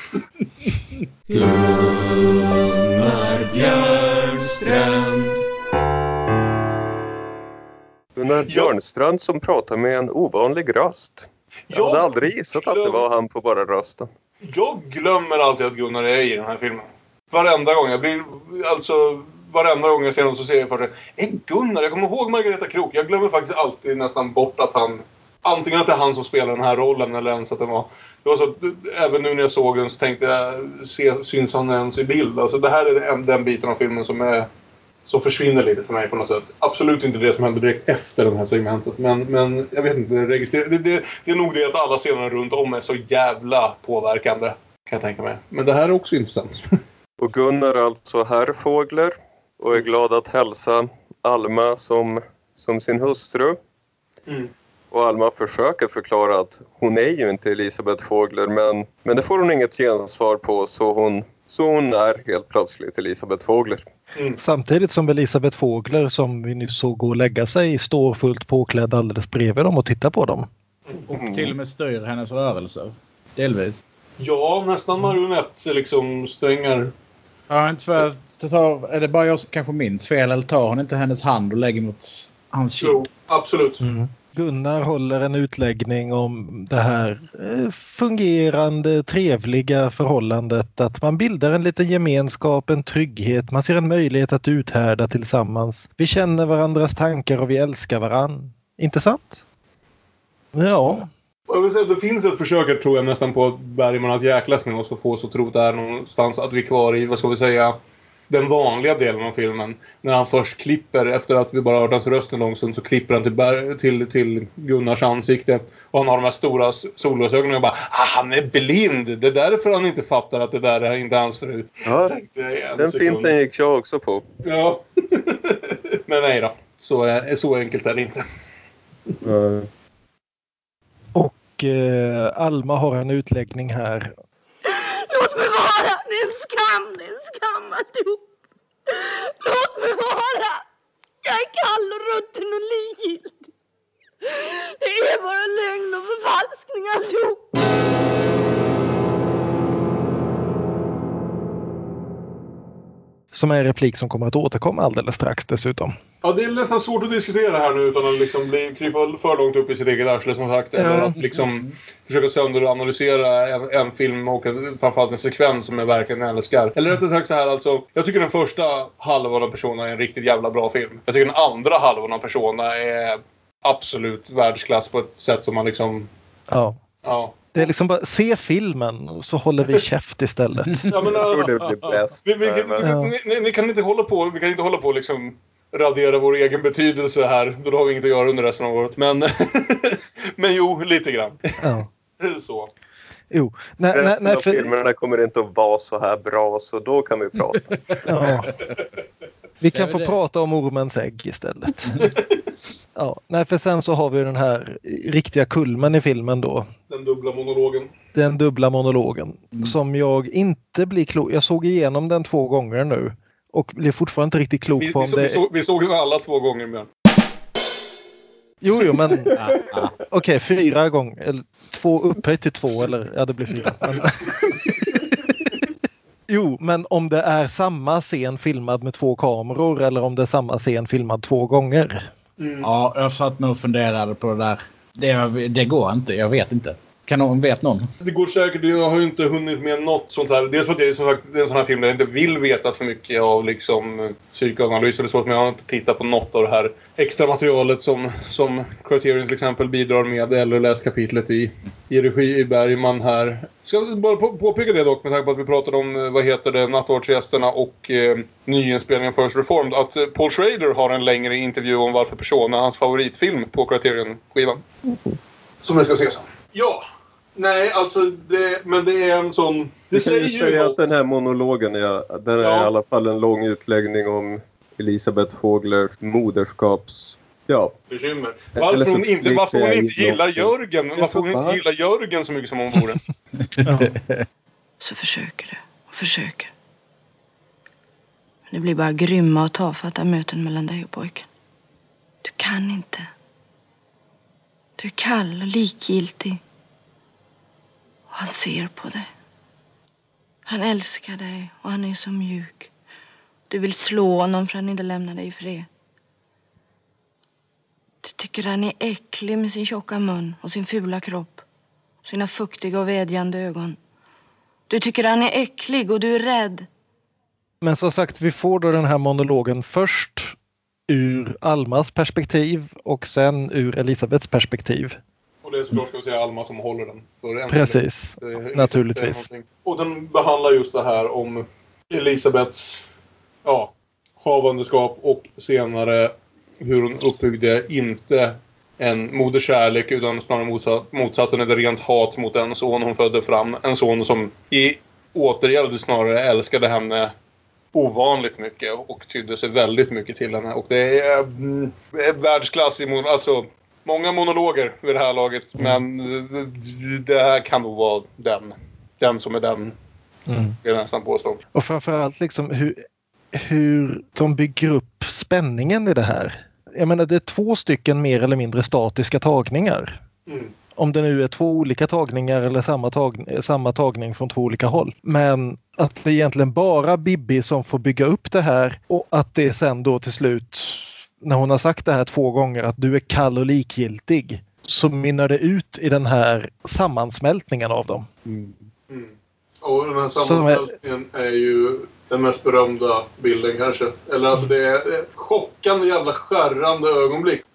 Gunnar Björnstrand. Gunnar Björnstrand som pratar med en ovanlig röst. Jag, jag hade aldrig gissat glöm... att det var han på bara rösten. Jag glömmer alltid att Gunnar är i den här filmen. Varenda gång. Jag blir, alltså, varenda gång jag ser honom så ser jag för sig. Är Gunnar? Jag kommer ihåg Margareta Krok. Jag glömmer faktiskt alltid nästan bort att han... Antingen att det är han som spelar den här rollen eller ens att det var... Det var så att, även nu när jag såg den så tänkte jag, se, syns han ens i bild? Alltså det här är den, den biten av filmen som är... Som försvinner lite för mig på något sätt. Absolut inte det som händer direkt efter det här segmentet. Men, men jag vet inte, det, registrerar, det, det, det är nog det att alla scener runt om är så jävla påverkande. Kan jag tänka mig. Men det här är också intressant. Och Gunnar alltså herr Fågler. Och är glad att hälsa Alma som, som sin hustru. Mm. Och Alma försöker förklara att hon är ju inte Elisabeth Fågler. Men, men det får hon inget gensvar på så hon... Så hon är helt plötsligt Elisabeth Fågler. Mm. Samtidigt som Elisabeth Fågler, som vi nyss såg gå och lägga sig, står fullt påklädd alldeles bredvid dem och tittar på dem. Och till och med styr hennes rörelser. Delvis. Ja, nästan marionett liksom strängar. Ja, inte för att tar, är det bara jag som kanske minns fel eller tar hon inte hennes hand och lägger mot hans kind? Jo, absolut. Mm. Gunnar håller en utläggning om det här fungerande, trevliga förhållandet. Att man bildar en liten gemenskap, en trygghet. Man ser en möjlighet att uthärda tillsammans. Vi känner varandras tankar och vi älskar varann. Inte sant? Ja. Jag vill säga att det finns ett försök, tror jag, nästan på Bergman att jäklas med oss och få oss att tro att det är någonstans att vi är kvar i, vad ska vi säga, den vanliga delen av filmen. När han först klipper, efter att vi bara hört hans röst en lång stund, så klipper han till, Ber- till, till Gunnars ansikte. Och han har de här stora solglasögonen och bara, ah, han är blind! Det är därför han inte fattar att det där är inte hans fru. Ja, den finten gick jag också på. Ja. Men nej då. Så, är, så enkelt är det inte. Mm. Och eh, Alma har en utläggning här. Låt mig vara! Det är en skam! Det är en skam alltihop! Låt mig vara! Jag är kall och rutten och likgiltig. Det är bara lögn och förfalskning alltihop. Som är en replik som kommer att återkomma alldeles strax dessutom. Ja, det är nästan svårt att diskutera här nu utan att liksom bli krypa för långt upp i sitt eget arsle som sagt. Eller Ja. att liksom försöka sönderanalysera en, en film och framförallt en sekvens som jag verkligen älskar. Eller rättare sagt så här, alltså, jag tycker den första halvan av Persona är en riktigt jävla bra film. Jag tycker den andra halvan av Persona är absolut världsklass på ett sätt som man liksom... Ja. Ja. Det är liksom bara, se filmen och så håller vi käft istället. Ja, men, Jag tror det blir bäst. Vi, vi, vi, Ja. ni, ni, ni kan inte hålla på, vi kan inte hålla på liksom radera vår egen betydelse här. Då har vi inget att göra under resten av året. Men, men jo, lite grann. Ja. Så. Jo. Nej, nej, Resten nej, av för, filmerna kommer inte att vara så här bra, så då kan vi prata. ja. Vi kan Det är få det. prata om ormens ägg istället. Ja, nej, för sen så har vi den här riktiga kulmen i filmen då. Den dubbla monologen. Den dubbla monologen. Mm. Som jag inte blir klok. Jag såg igenom den två gånger nu. Och blir fortfarande inte riktigt klok Vi, på vi, om så, det... vi, såg, vi såg den alla två gånger med. Jo, jo, men... Okej, okay, fyra gånger. Eller två upphöjt till två, eller... Ja, det blir fyra. Men... Jo, men om det är samma scen filmad med två kameror eller om det är samma scen filmad två gånger. Mm. Ja, jag satt med och funderade på det där. Det, det går inte, jag vet inte. Kan någon, vet någon? Det går säkert, jag har ju inte hunnit med något sånt här. Dels för att det är, som sagt, det är en sån här film där jag inte vill veta för mycket av liksom psykoanalys eller så. Men jag har inte tittat på något av det här extra materialet som, som Criterion till exempel bidrar med. Eller läst kapitlet i, i regi i Bergman här. Ska jag bara på, påpeka det dock med tanke på att vi pratade om, vad heter det, Nattvardsgästerna och eh, nyinspelningen First Reformed. Att eh, Paul Schrader har en längre intervju om varför Persona är hans favoritfilm på Criterion-skivan. Som jag ska se sen. Ja. Nej, alltså det, men det är en sån... Det säger ju säger något. att den här monologen är, den är Ja. i alla fall en lång utläggning om Elisabeth Fåglers moderskaps... Ja. Bekymmer. Eller Varför så hon inte, klickar varför hon jag inte in gillar något. Jörgen? Jag Varför hon får inte bara- gillar Jörgen så mycket som hon borde? Så försöker du och försöker. Men det blir bara grymma och tafatta möten mellan dig och pojken. Du kan inte. Du är kall och likgiltig. Och han ser på dig. Han älskar dig och han är så mjuk. Du vill slå honom för han inte lämnar dig i fred. Du tycker han är äcklig med sin tjocka mun och sin fula kropp. Sina fuktiga och vädjande ögon. Du tycker han är äcklig och du är rädd. Men som sagt, vi får då den här monologen först ur Almas perspektiv och sen ur Elisabeths perspektiv. Och det är såklart, ska vi säga, Alma som håller den. För en Precis, det är- naturligtvis. det är och den behandlar just det här om Elisabeths ja, havandeskap och senare hur hon uppbyggde inte en moderkärlek utan snarare motsats, motsatsen, ett rent hat mot en son hon födde fram. En son som i återgäld snarare älskade henne ovanligt mycket och tydde sig väldigt mycket till henne. Och det är, mm, är världsklass i mon- alltså många monologer vid det här laget, men det här kan nog vara den, den som är den, Mm. jag nästan påstå. Och framförallt liksom hur, hur de bygger upp spänningen i det här. Jag menar, det är två stycken mer eller mindre statiska tagningar. Mm. Om det nu är två olika tagningar eller samma, tag, samma tagning från två olika håll. Men att det är egentligen bara Bibi som får bygga upp det här och att det sen då till slut, när hon har sagt det här två gånger, att du är kall och likgiltig, så mynnar det ut i den här sammansmältningen av dem. Mm. Och den här Som är- sammansmältningen är ju den mest berömda bilden kanske. Eller alltså det är eh, chockande jävla skärrande ögonblick.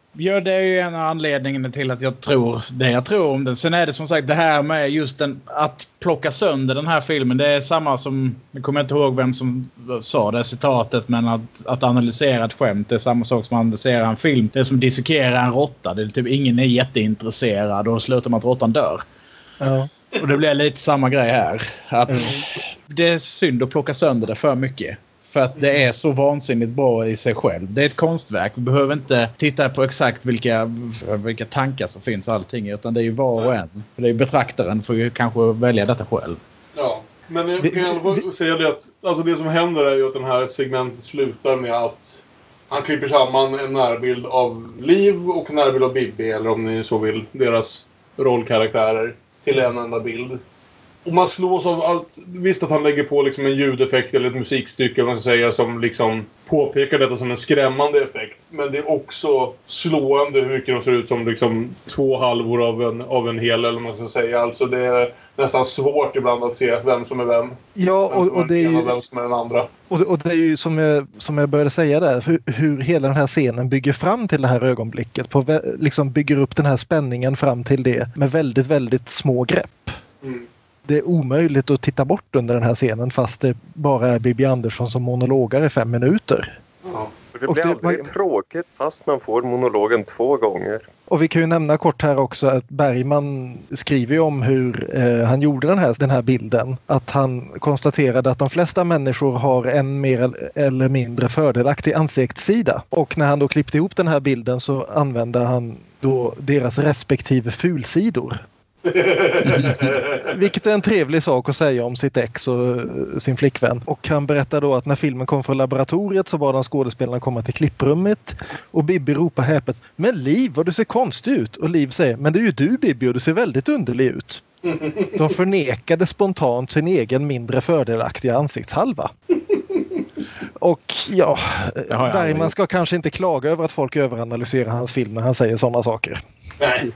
Ja, det är ju en av anledningarna till att jag tror det jag tror om den. Sen är det som sagt det här med just den, att plocka sönder den här filmen. Det är samma som, jag kommer inte ihåg vem som sa det citatet, men att, att analysera ett skämt, det är samma sak som att analysera en film. Det är som att dissekera en råtta. Det är typ ingen är jätteintresserad och slutar med att råttan dör. Ja. Och det blir lite samma grej här. Att mm. det är synd att plocka sönder det för mycket. För att det är så vansinnigt bra i sig själv. Det är ett konstverk. Vi behöver inte titta på exakt vilka, vilka tankar som finns allting. Utan det är ju var och en. För det är betraktaren får ju kanske välja detta själv. Ja, men jag kan i alla fall säga det att alltså det som händer är ju att den här segmentet slutar med att han klipper samman en närbild av Liv och en närbild av Bibi. Eller om ni så vill, deras rollkaraktärer till en enda bild. Och man slås av allt. Visst att han lägger på liksom en ljudeffekt eller ett musikstycke, man ska säga, som liksom påpekar detta som en skrämmande effekt. Men det är också slående hur mycket de ser ut som liksom två halvor av en, av en hel, eller man ska säga. Alltså det är nästan svårt ibland att se vem som är vem. Ja, och, och det är ju, vem som är den andra. Och, och det är ju som jag, som jag började säga där, hur, hur hela den här scenen bygger fram till det här ögonblicket. På, liksom bygger upp den här spänningen fram till det med väldigt, väldigt små grepp. Mm. Det är omöjligt att titta bort under den här scenen fast det bara är Bibi Andersson som monologar i fem minuter. Ja. Det blir det, aldrig man, tråkigt fast man får monologen två gånger. Och vi kan ju nämna kort här också att Bergman skriver ju om hur eh, han gjorde den här, den här bilden. Att han konstaterade att de flesta människor har en mer eller mindre fördelaktig ansiktssida. Och när han då klippte ihop den här bilden så använde han då deras respektive fulsidor. Vilket är en trevlig sak att säga om sitt ex och sin flickvän. Och han berättar då att när filmen kom från laboratoriet så bad han skådespelarna komma till klipprummet. Och Bibi ropar häpet: "Men Liv, vad du ser konstig ut." Och Liv säger: "Men det är ju du Bibi och du ser väldigt underlig ut." De förnekade spontant sin egen mindre fördelaktiga ansiktshalva. Och ja, Bergman ska kanske inte klaga över att folk överanalyserar hans film när han säger sådana saker. Nej.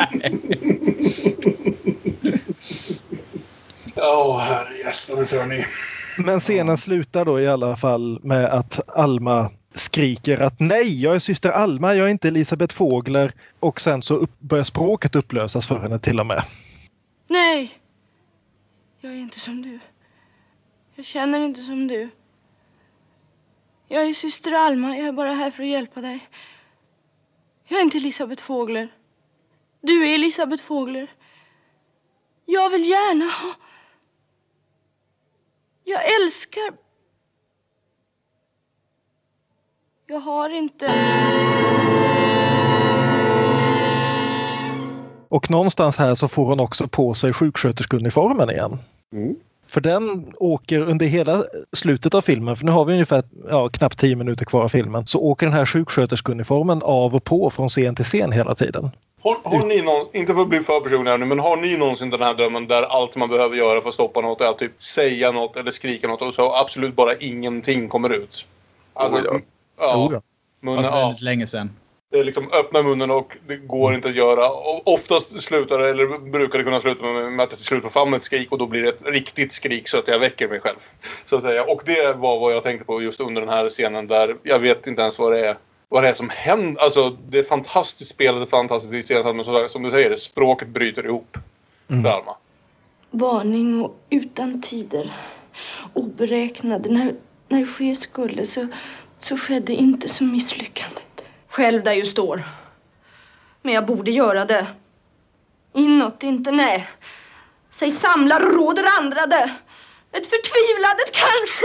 Åh, oh, herre gästades hörni. Men scenen slutar då i alla fall med att Alma skriker att nej, jag är syster Alma, jag är inte Elisabeth Fågler. Och sen så upp, börjar språket upplösas för henne till och med. Nej, jag är inte som du. Jag känner inte som du. Jag är syster Alma, jag är bara här för att hjälpa dig. Jag är inte Elisabeth Fågler. Du är Elisabeth Fågler. Jag vill gärna ha... Jag älskar... Jag har inte... Och någonstans här så får hon också på sig sjuksköterskeuniformen igen. Mm. För den åker under hela slutet av filmen, för nu har vi ungefär ja, knappt tio minuter kvar av filmen, så åker den här sjuksköterskeuniformen av och på från scen till scen hela tiden. Har, har ni någon, inte för att bli för personlig här nu, men har ni någonsin den här drömmen där allt man behöver göra för att stoppa något är att typ säga något eller skrika något och så absolut bara ingenting kommer ut? Alltså, oh ja. Ja, oh ja. Munnen, alltså, väldigt ja. länge sedan. Det är liksom öppna munnen och det går inte att göra. Och oftast slutar det, eller brukar det kunna sluta med att det till slut får fram ett skrik och då blir det ett riktigt skrik så att jag väcker mig själv. Så att säga. Och det var vad jag tänkte på just under den här scenen där jag vet inte ens vad det är. Vad det är som händer. Alltså det är fantastiskt spelat, fantastiskt iscenesatt, men så, som du säger, språket bryter ihop mm. för Alma. Varning och utan tider. Oberäknad. När, när det sker skulle så, så skedde inte som misslyckandet. Själv där ju står. Men jag borde göra det. Inåt, inte nej. Säg samlar och råder andrade. Ett förtvivladet kanske.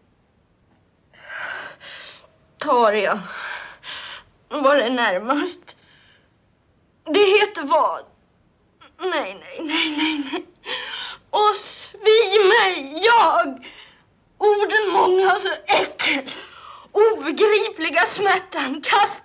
Tar jag. Var är närmast? Det heter vad? Nej, nej, nej, nej, nej. Och svi mig, jag. Orden många så äckel. Obegripliga smärtan, kast.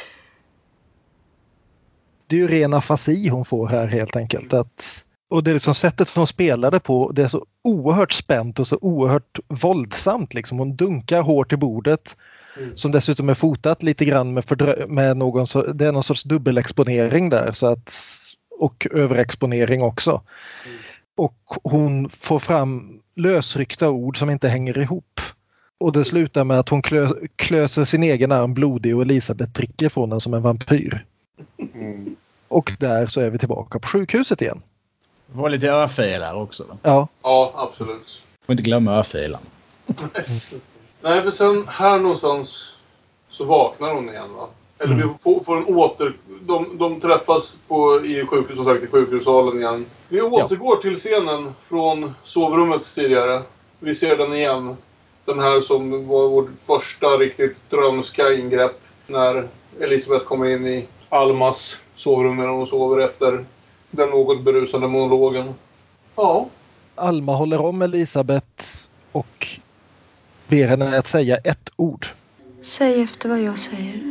Det är ju ren afasi hon får här helt enkelt. Att, och det är liksom sättet hon spelade på, det är så oerhört spänt och så oerhört våldsamt. Liksom. Hon dunkar hårt i bordet. Mm. Som dessutom är fotat lite grann med, fördrö- med någon, så, det är någon sorts dubbelexponering där. Så att, och överexponering också. Mm. Och hon får fram lösryckta ord som inte hänger ihop. Och det slutar med att hon klö, klöser sin egen arm blodig och Elisabeth dricker från den som en vampyr. Mm. Och där så är vi tillbaka på sjukhuset igen. Det var lite örfilar också. Va? Ja. Ja, absolut. Får inte glömma örfilan. Nej, för sen här någonstans så vaknar hon igen, va? Eller mm. vi får, får en åter... De, de träffas på, i sjukhus, som sagt, i sjukhussalen igen. Vi återgår ja. till scenen från sovrummet tidigare. Vi ser den igen. Den här som var vår första riktigt drömska ingrepp. När Elisabeth kommer in i Almas sovrum när hon sover efter den något berusande monologen. Ja. Alma håller om Elisabeth och ber henne att säga ett ord. Säg efter vad jag säger.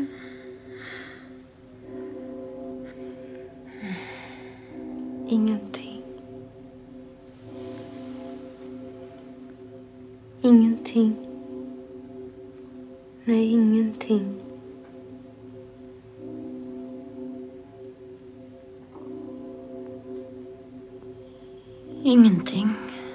Ingenting. Ingenting. Nej, ingenting. Ingenting.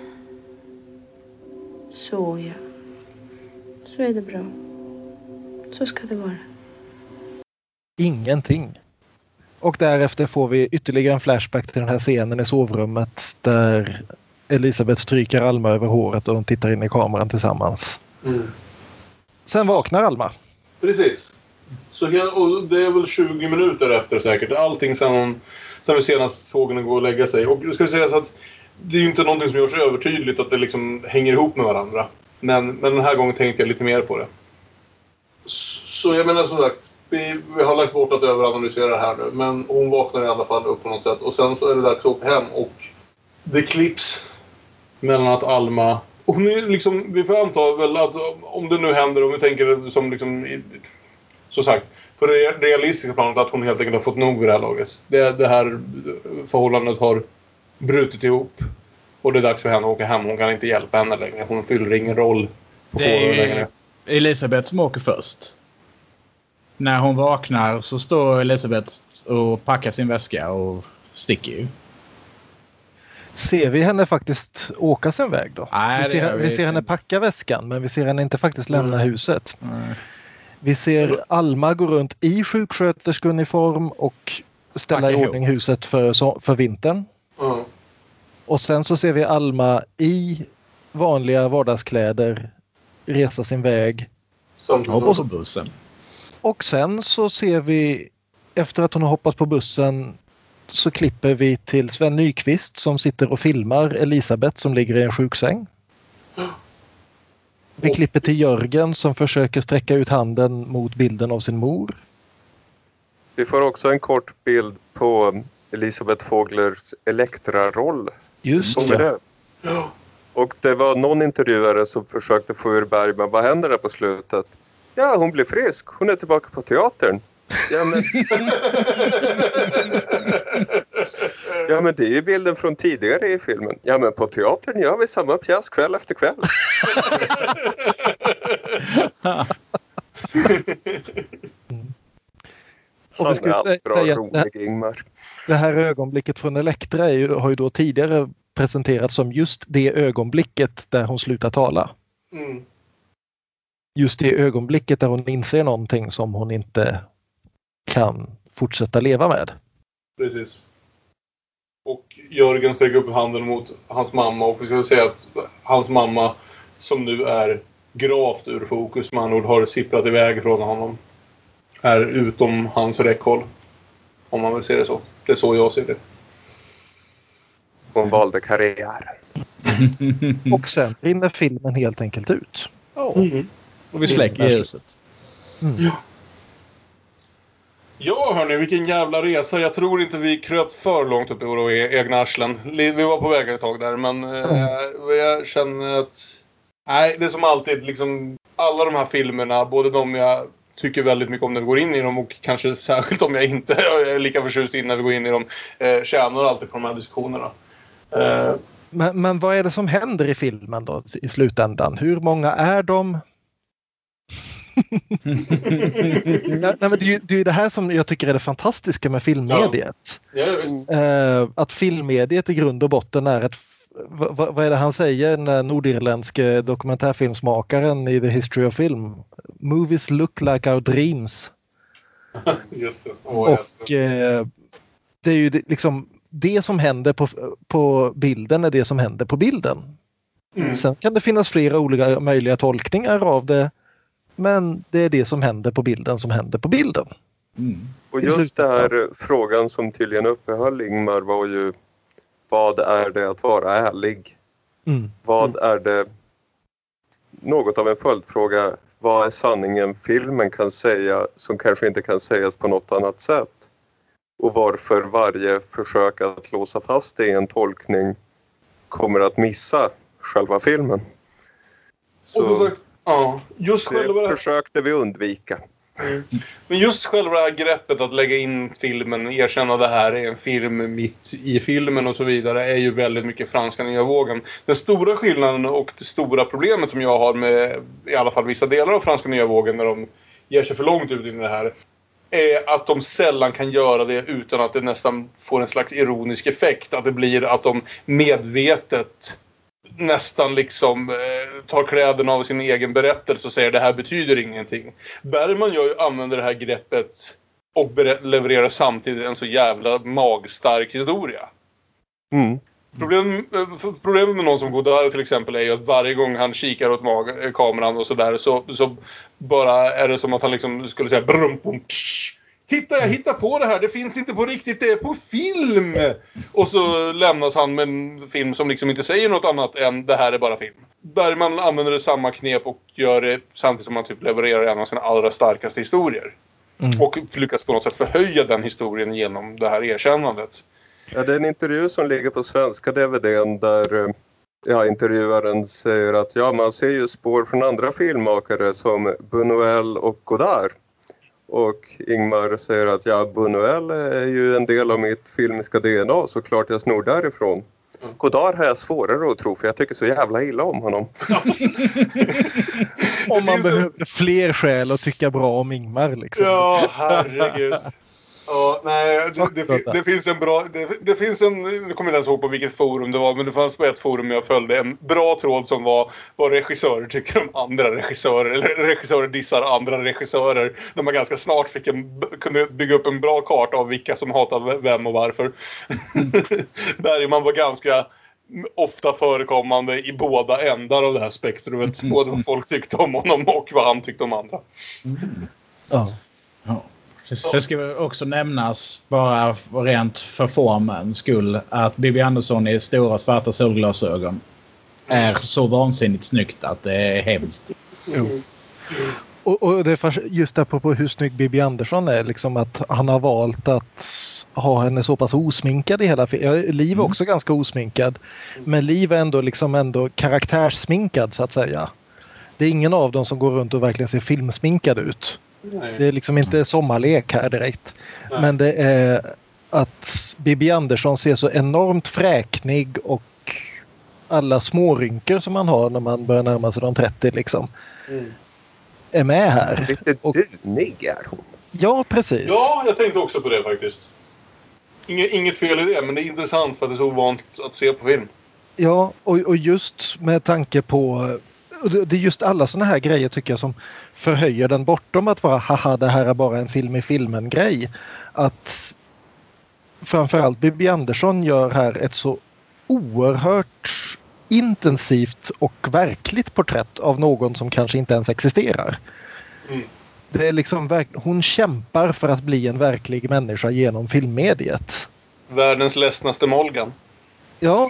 Så ja. Så är det bra. Så ska det vara. Ingenting. Och därefter får vi ytterligare en flashback till den här scenen i sovrummet där Elisabeth stryker Alma över håret och de tittar in i kameran tillsammans. Mm. Sen vaknar Alma. Precis. Så och det är väl tjugo minuter efter säkert. Allting sen, sen vi senast såg henne gå och lägga sig. Och jag ska säga så att det är ju inte någonting som görs övertydligt att det liksom hänger ihop med varandra. Men, men den här gången tänkte jag lite mer på det. Så jag menar som sagt, vi, vi har lagt bort att överanalysera det här nu. Men hon vaknar i alla fall upp på något sätt. Och sen så är det dags att åka hem. Och det klipps mellan att Alma... Och hon är liksom, vi får anta väl att om det nu händer, om vi tänker det som liksom... Så sagt, på det realistiska planet att hon helt enkelt har fått nog vid det här laget. Det, det här förhållandet har brutit ihop. Och det är dags för henne att åka hem. Hon kan inte hjälpa henne längre. Hon fyller ingen roll på det är längre. Elisabeth som åker först. När hon vaknar så står Elisabeth och packar sin väska och sticker ju. Ser vi henne faktiskt åka sin väg då? Nej, vi ser, vi vi ser henne packa väskan, men vi ser henne inte faktiskt lämna mm. huset. Mm. Vi ser Alma gå runt i sjuksköterskeuniform och ställa i ordning huset för, för vintern. Mm. Och sen så ser vi Alma i vanliga vardagskläder resa sin väg. Som hoppas på bussen. Och sen så ser vi, efter att hon har hoppat på bussen, så klipper vi till Sven Nykvist som sitter och filmar Elisabeth som ligger i en sjuksäng. Vi klipper till Jörgen som försöker sträcka ut handen mot bilden av sin mor. Vi får också en kort bild på Elisabeth Fåglers Elektra-roll. Just det. det. Och det var någon intervjuare som försökte få ur Bergman. Vad händer där på slutet? Ja, hon blir frisk. Hon är tillbaka på teatern. Ja, men... ja, men det är ju bilden från tidigare i filmen. Ja, men på teatern gör vi samma pjäs kväll efter kväll. mm. Och vi skulle säga att det, det här ögonblicket från Elektra är ju, har ju då tidigare presenterats som just det ögonblicket där hon slutar tala. Mm. Just det ögonblicket där hon inser någonting som hon inte kan fortsätta leva med. Precis. Och Jörgen sträcker upp handen mot hans mamma och vi ska säga att hans mamma som nu är gravt ur fokus man ord har sipprat iväg från honom. Är utom hans räckhåll. Om man vill se det så. Det är så jag ser det. Hon valde karriär. Och sen rinner filmen helt enkelt ut. Oh. Mm. Och vi släcker ljuset. Mm. Ja. Ja hörni, vilken jävla resa. Jag tror inte vi kröp för långt upp i våra egna arslen. Vi var på väg ett tag där, men mm. eh, jag känner att... Nej, det är som alltid liksom... Alla de här filmerna, både de jag tycker väldigt mycket om när vi går in i dem och kanske särskilt om jag inte är lika förtjust in när vi går in i dem, eh, tjänar alltid på de här diskussionerna. Eh. Men, men vad är det som händer i filmen då i slutändan? Hur många är de? nej, nej, men det, är ju, det är ju det här som jag tycker är det fantastiska med filmmediet. Ja. Ja, eh, att filmmediet i grund och botten är ett, vad, vad är det han säger, den nordirländske dokumentärfilmsmakaren i The History of Film? Movies look like our dreams. Just det. Oh, och eh, det är ju det, liksom det som händer på, på bilden är det som händer på bilden. Mm. Sen kan det finnas flera olika möjliga tolkningar av det, men det är det som händer på bilden som händer på bilden. Mm. Och just det här frågan som tydligen uppehöll Ingmar var ju, vad är det att vara ärlig? Mm. Vad är det, något av en följdfråga, vad är sanningen filmen kan säga som kanske inte kan sägas på något annat sätt? Och varför varje försök att låsa fast det i en tolkning kommer att missa själva filmen. Så sagt, ja, just det själva... försökte vi undvika. Mm. Men just själva det här greppet att lägga in filmen, erkänna det här är en film mitt i filmen och så vidare, är ju väldigt mycket franska nya vågen. Den stora skillnaden och det stora problemet som jag har med i alla fall vissa delar av franska nya vågen när de ger sig för långt ut in i det här, är att de sällan kan göra det utan att det nästan får en slags ironisk effekt. Att det blir att de medvetet nästan liksom eh, tar kläderna av sin egen berättelse och säger det här betyder ingenting. Bergman gör ju, använder det här greppet och ber- levererar samtidigt en så jävla magstark historia. Mm. Problem, problemet med någon som Godard till exempel är ju att varje gång han kikar åt mag- kameran och sådär så, så bara är det som att han liksom skulle säga brum, bum, tsch. Titta, jag hittar på det här. Det finns inte på riktigt, det är på film. Och så lämnas han med en film som liksom inte säger något annat än det här är bara film. Bergman använder det samma knep och gör det samtidigt som han typ levererar en av sina allra starkaste historier. Mm. Och lyckas på något sätt förhöja den historien genom det här erkännandet. Ja, det är en intervju som ligger på svenska D V D:n där ja, intervjuaren säger att ja, man ser ju spår från andra filmmakare som Buñuel och Godard. Och Ingmar säger att ja, Buñuel är ju en del av mitt filmiska D N A, så klart jag snor därifrån. Mm. Godard har jag svårare att tro, för jag tycker så jävla illa om honom. Om man behöver en... fler skäl att tycka bra om Ingmar liksom. Ja, herregud. Ja, nej, det, det, det finns en bra, det, det finns en, nu kommer jag inte ens ihåg på vilket forum det var, men det fanns på ett forum jag följde en bra tråd som var vad regissörer tycker om andra regissörer, eller regissörer dissar andra regissörer, där man ganska snart fick en, kunde bygga upp en bra karta av vilka som hatar vem och varför. Där man var ganska ofta förekommande i båda ändar av det här spektrumet, både vad folk tyckte om honom och vad han tyckte om andra. Ja. Ja. Det ska också nämnas, bara rent för formens skull, att Bibi Andersson i stora svarta solglasögon är så vansinnigt snyggt att det är hemskt. Jo. Och, och det är just apropå hur snygg Bibi Andersson är, liksom att han har valt att ha henne så pass osminkad i hela filmen. Liv är också mm. ganska osminkad, men Liv är ändå, liksom ändå karaktärssminkad så att säga. Det är ingen av dem som går runt och verkligen ser filmsminkad ut. Nej. Det är liksom inte sommarlek här direkt. Nej. Men det är att Bibi Andersson ser så enormt fräknig och alla smårynkor som man har när man börjar närma sig de trettio liksom. Mm. Är med här. Lite och, dunig är hon. Ja, precis. Ja, jag tänkte också på det faktiskt. Inget, inget fel i det, men det är intressant för att det är så ovant att se på film. Ja, och, och just med tanke på... Det är just alla såna här grejer tycker jag som förhöjer den bortom att vara haha, det här är bara en film i filmen grej. Att framförallt Bibi Andersson gör här ett så oerhört intensivt och verkligt porträtt av någon som kanske inte ens existerar. Mm. Det är liksom, hon kämpar för att bli en verklig människa genom filmmediet. Världens ledsnaste Molgan. Ja.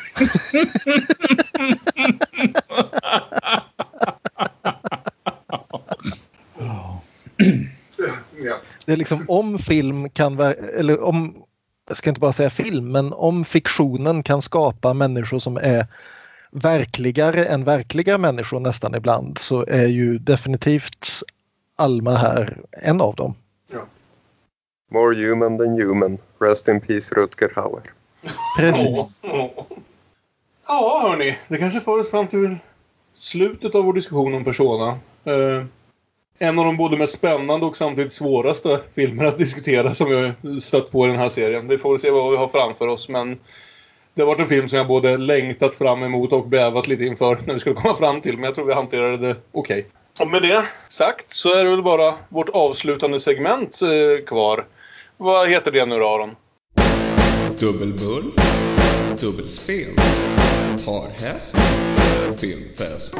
Det är liksom om film kan, eller om, jag ska inte bara säga film, men om fiktionen kan skapa människor som är verkligare än verkliga människor nästan ibland, så är ju definitivt Alma här en av dem. Ja. More human than human. Rest in peace, Rutger Hauer. Precis. Ja, ja hörni, det kanske för oss fram till slutet av vår diskussion om Persona. Uh, en av de både mest spännande och samtidigt svåraste filmer att diskutera som jag stött på i den här serien. Vi får väl se vad vi har framför oss, men Det har varit en film som jag både längtat fram emot och bävat lite inför när vi skulle komma fram till. Men jag tror vi hanterade det okej. Okay. Och med det sagt så är det väl bara vårt avslutande segment eh, kvar. Vad heter det nu, Aron? Dubbelbull, dubbelspel, parhäst, filmfest.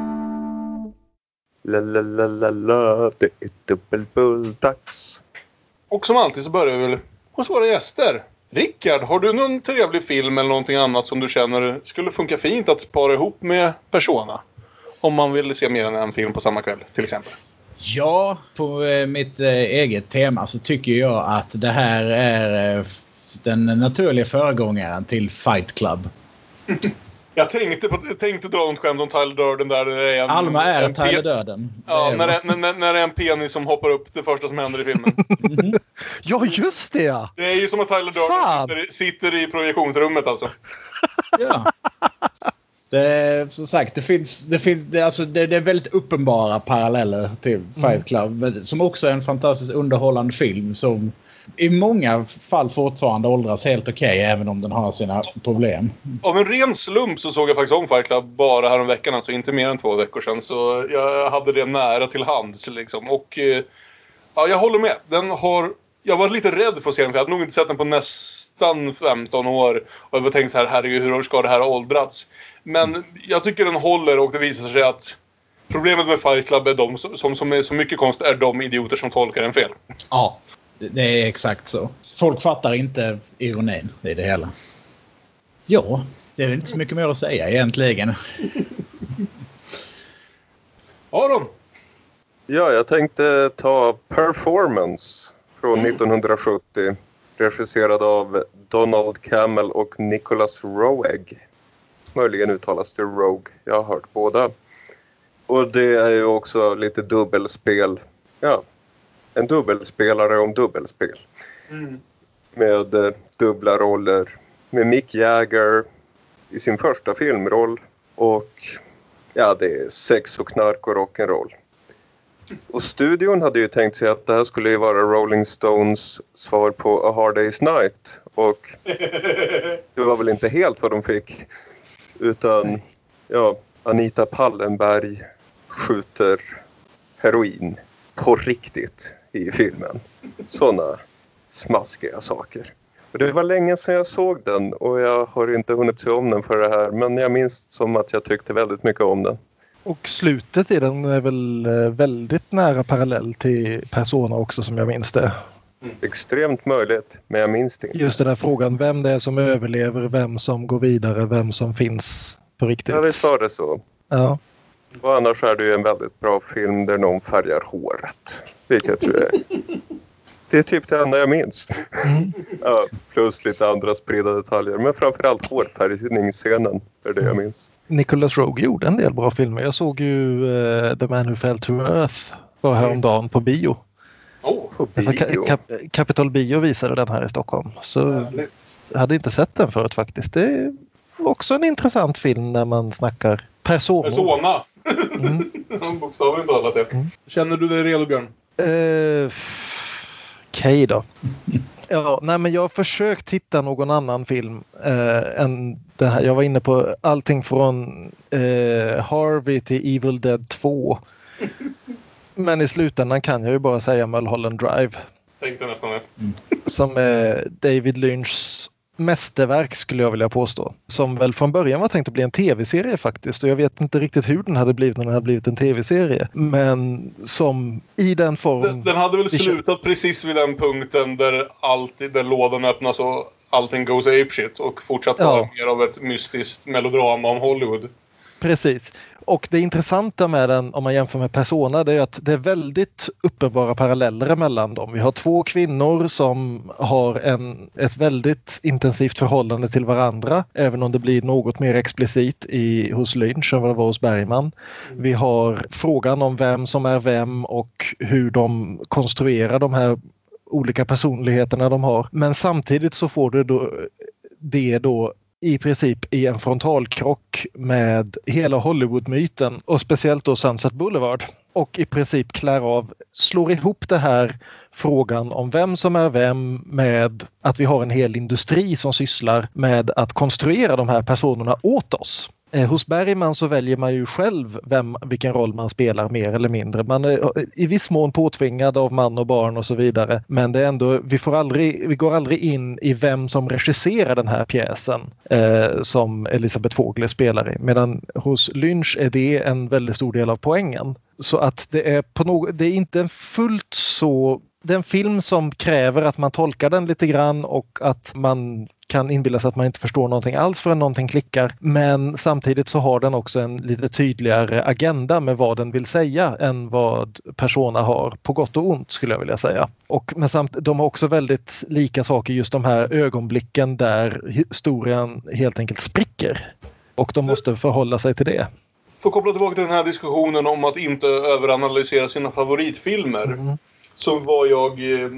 La la la la la, det är dubbelbull-dags. Och som alltid så börjar vi väl hos våra gäster. Rickard, har du någon trevlig film eller någonting annat som du känner skulle funka fint att para ihop med Persona? Om man vill se mer än en film på samma kväll, till exempel. Ja, på eh, mitt eh, eget tema så tycker jag att det här är eh, den naturliga föregångaren till Fight Club. Jag tänkte, på, jag tänkte dra något skämt om Tyler Durden där. Det är en, Alma är en Tyler Durden. Ja, när det, när, när det är en penis som hoppar upp det första som händer i filmen. Mm. Ja, just det, ja. Det är ju som att Tyler Durden sitter, sitter i projektionsrummet, alltså. Ja. Det, som sagt, det finns, det finns det, alltså, det, det är väldigt uppenbara paralleller till Fight Club. Mm. Som också är en fantastiskt underhållande film som i många fall fortfarande åldras helt okej, okay, även om den har sina problem. Av en ren slump så såg jag faktiskt om Fight Club bara här om veckan, alltså inte mer än två veckor sedan. Så jag hade det nära till hands liksom. Och ja, jag håller med. Den har... Jag var lite rädd för att se den, för jag hade nog inte sett den på nästan femton år. Och jag var tänkt så här, herregud, hur ska det här ha åldrats? Men jag tycker den håller, och det visar sig att problemet med Fight Club är de som, som är så mycket konst är de idioter som tolkar den fel. Ja, det är exakt så. Folk fattar inte ironin i det hela. Ja, det är väl inte så mycket mer att säga egentligen. Aron? Ja, jag tänkte ta Performance från nittonhundrasjuttio, regisserad av Donald Cammell och Nicholas Roeg. Möjligen uttalas det Rogue, jag har hört båda. Och det är ju också lite dubbelspel. Ja, en dubbelspelare om dubbelspel. Mm. Med eh, dubbla roller. Med Mick Jagger i sin första filmroll. Och ja, det är sex och knark och rock'n'roll. Och studion hade ju tänkt sig att det här skulle ju vara Rolling Stones svar på A Hard Day's Night. Och det var väl inte helt vad de fick. Utan ja, Anita Pallenberg skjuter heroin på riktigt i filmen. Sådana smaskiga saker. Och det var länge sedan jag såg den och jag har inte hunnit se om den för det här. Men jag minns som att jag tyckte väldigt mycket om den. Och slutet i den är väl väldigt nära parallell till Persona också, som jag minns det. Mm. Extremt möjligt, men jag minns det inte. Just den här frågan, vem det är som överlever, vem som går vidare, vem som finns på riktigt. Ja, visst var det så. Ja. Och annars är det ju en väldigt bra film där någon färgar håret. Vilket ju är... Det är typ det enda jag minns. Mm. Ja, plus lite andra spridda detaljer. Men framförallt hårfärgningsscenen är det jag minns. Nicholas Roeg gjorde en del bra filmer. Jag såg ju uh, The Man Who Fell to Earth var häromdagen på bio. Oh, på bio. Ka- Cap- Capitol Bio visade den här i Stockholm. Så jag hade inte sett den förut faktiskt. Det är också en intressant film när man snackar personer. Persona! Mm. Bokstavligt talat det. Mm. Känner du dig redo, Björn? Uh, f- Okej då. Ja, nej, men jag har försökt hitta någon annan film eh, än det här. Jag var inne på allting från eh, Harvey till Evil Dead två. Men i slutändan kan jag ju bara säga Mulholland Drive. Tänkte nästan det. Mm. Som är David Lynchs mästerverk, skulle jag vilja påstå. Som väl från början var tänkt att bli en tv-serie faktiskt. Och jag vet inte riktigt hur den hade blivit när den hade blivit en tv-serie. Men som i den form... Den, den hade väl slutat precis vid den punkten där, alltid, där lådan öppnas och allting goes apeshit. Och fortsatt vara ja. mer av ett mystiskt melodrama om Hollywood. Precis. Och det intressanta med den, om man jämför med Persona, det är att det är väldigt uppenbara paralleller mellan dem. Vi har två kvinnor som har en, ett väldigt intensivt förhållande till varandra, även om det blir något mer explicit i, hos Lynch än vad det var hos Bergman. Vi har frågan om vem som är vem och hur de konstruerar de här olika personligheterna de har. Men samtidigt så får det då, det då i princip i en frontalkrock med hela Hollywood-myten och speciellt då Sunset Boulevard. Och i princip klär av, slår ihop det här frågan om vem som är vem med att vi har en hel industri som sysslar med att konstruera de här personerna åt oss. Eh, hos Bergman så väljer man ju själv vem, vilken roll man spelar mer eller mindre. Man är i viss mån påtvingad av man och barn och så vidare. Men det är ändå, vi, får aldrig, vi går aldrig in i vem som regisserar den här pjäsen eh, som Elisabeth Vogler spelar i. Medan hos Lynch är det en väldigt stor del av poängen. Så att det är, på något, det är inte en fullt så... Det är en film som kräver att man tolkar den lite grann och att man kan inbilla sig att man inte förstår någonting alls förrän någonting klickar. Men samtidigt så har den också en lite tydligare agenda med vad den vill säga än vad Persona har, på gott och ont skulle jag vilja säga. Och, men samt, de har också väldigt lika saker, just de här ögonblicken där historien helt enkelt spricker. Och de måste förhålla sig till det. För att koppla tillbaka till den här diskussionen om att inte överanalysera sina favoritfilmer. Mm. Så var jag,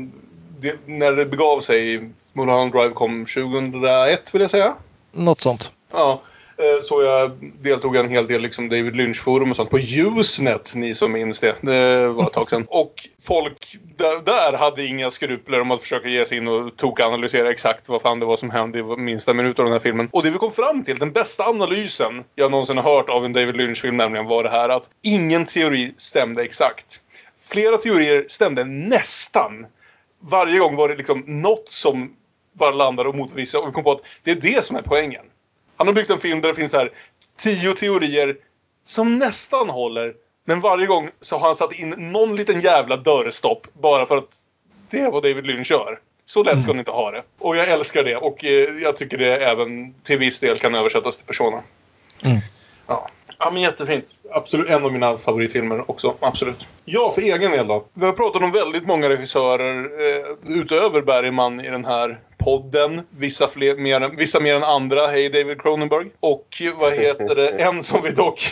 det, när det begav sig, Mulholland Drive kom tjugohundraett vill jag säga. Något sånt. Ja, så jag deltog en hel del liksom David Lynch-forum och sånt på Usenet, ni som minns det. Det var ett tag sedan. Och folk där, där hade inga skrupler om att försöka ge sig in och tokanalysera exakt vad fan det var som hände i minsta minut av den här filmen. Och det vi kom fram till, den bästa analysen jag någonsin har hört av en David Lynch-film nämligen var det här att ingen teori stämde exakt. Flera teorier stämde nästan. Varje gång var det liksom något som bara landade och motbevisade. Och vi kom på att det är det som är poängen. Han har byggt en film där det finns här tio teorier som nästan håller. Men varje gång så har han satt in någon liten jävla dörrstopp. Bara för att det är vad David Lynch gör. Så lätt ska han inte ha det. Och jag älskar det. Och eh, jag tycker det även till viss del kan översättas till Persona. Mm. Ja. Ja, men jättefint. Absolut, en av mina favoritfilmer också, absolut. Ja, för egen del då. Vi har pratat om väldigt många regissörer eh, utöver Bergman i den här podden. Vissa, fler, mer än, vissa mer än andra. Hej David Cronenberg. Och vad heter det? En som vi dock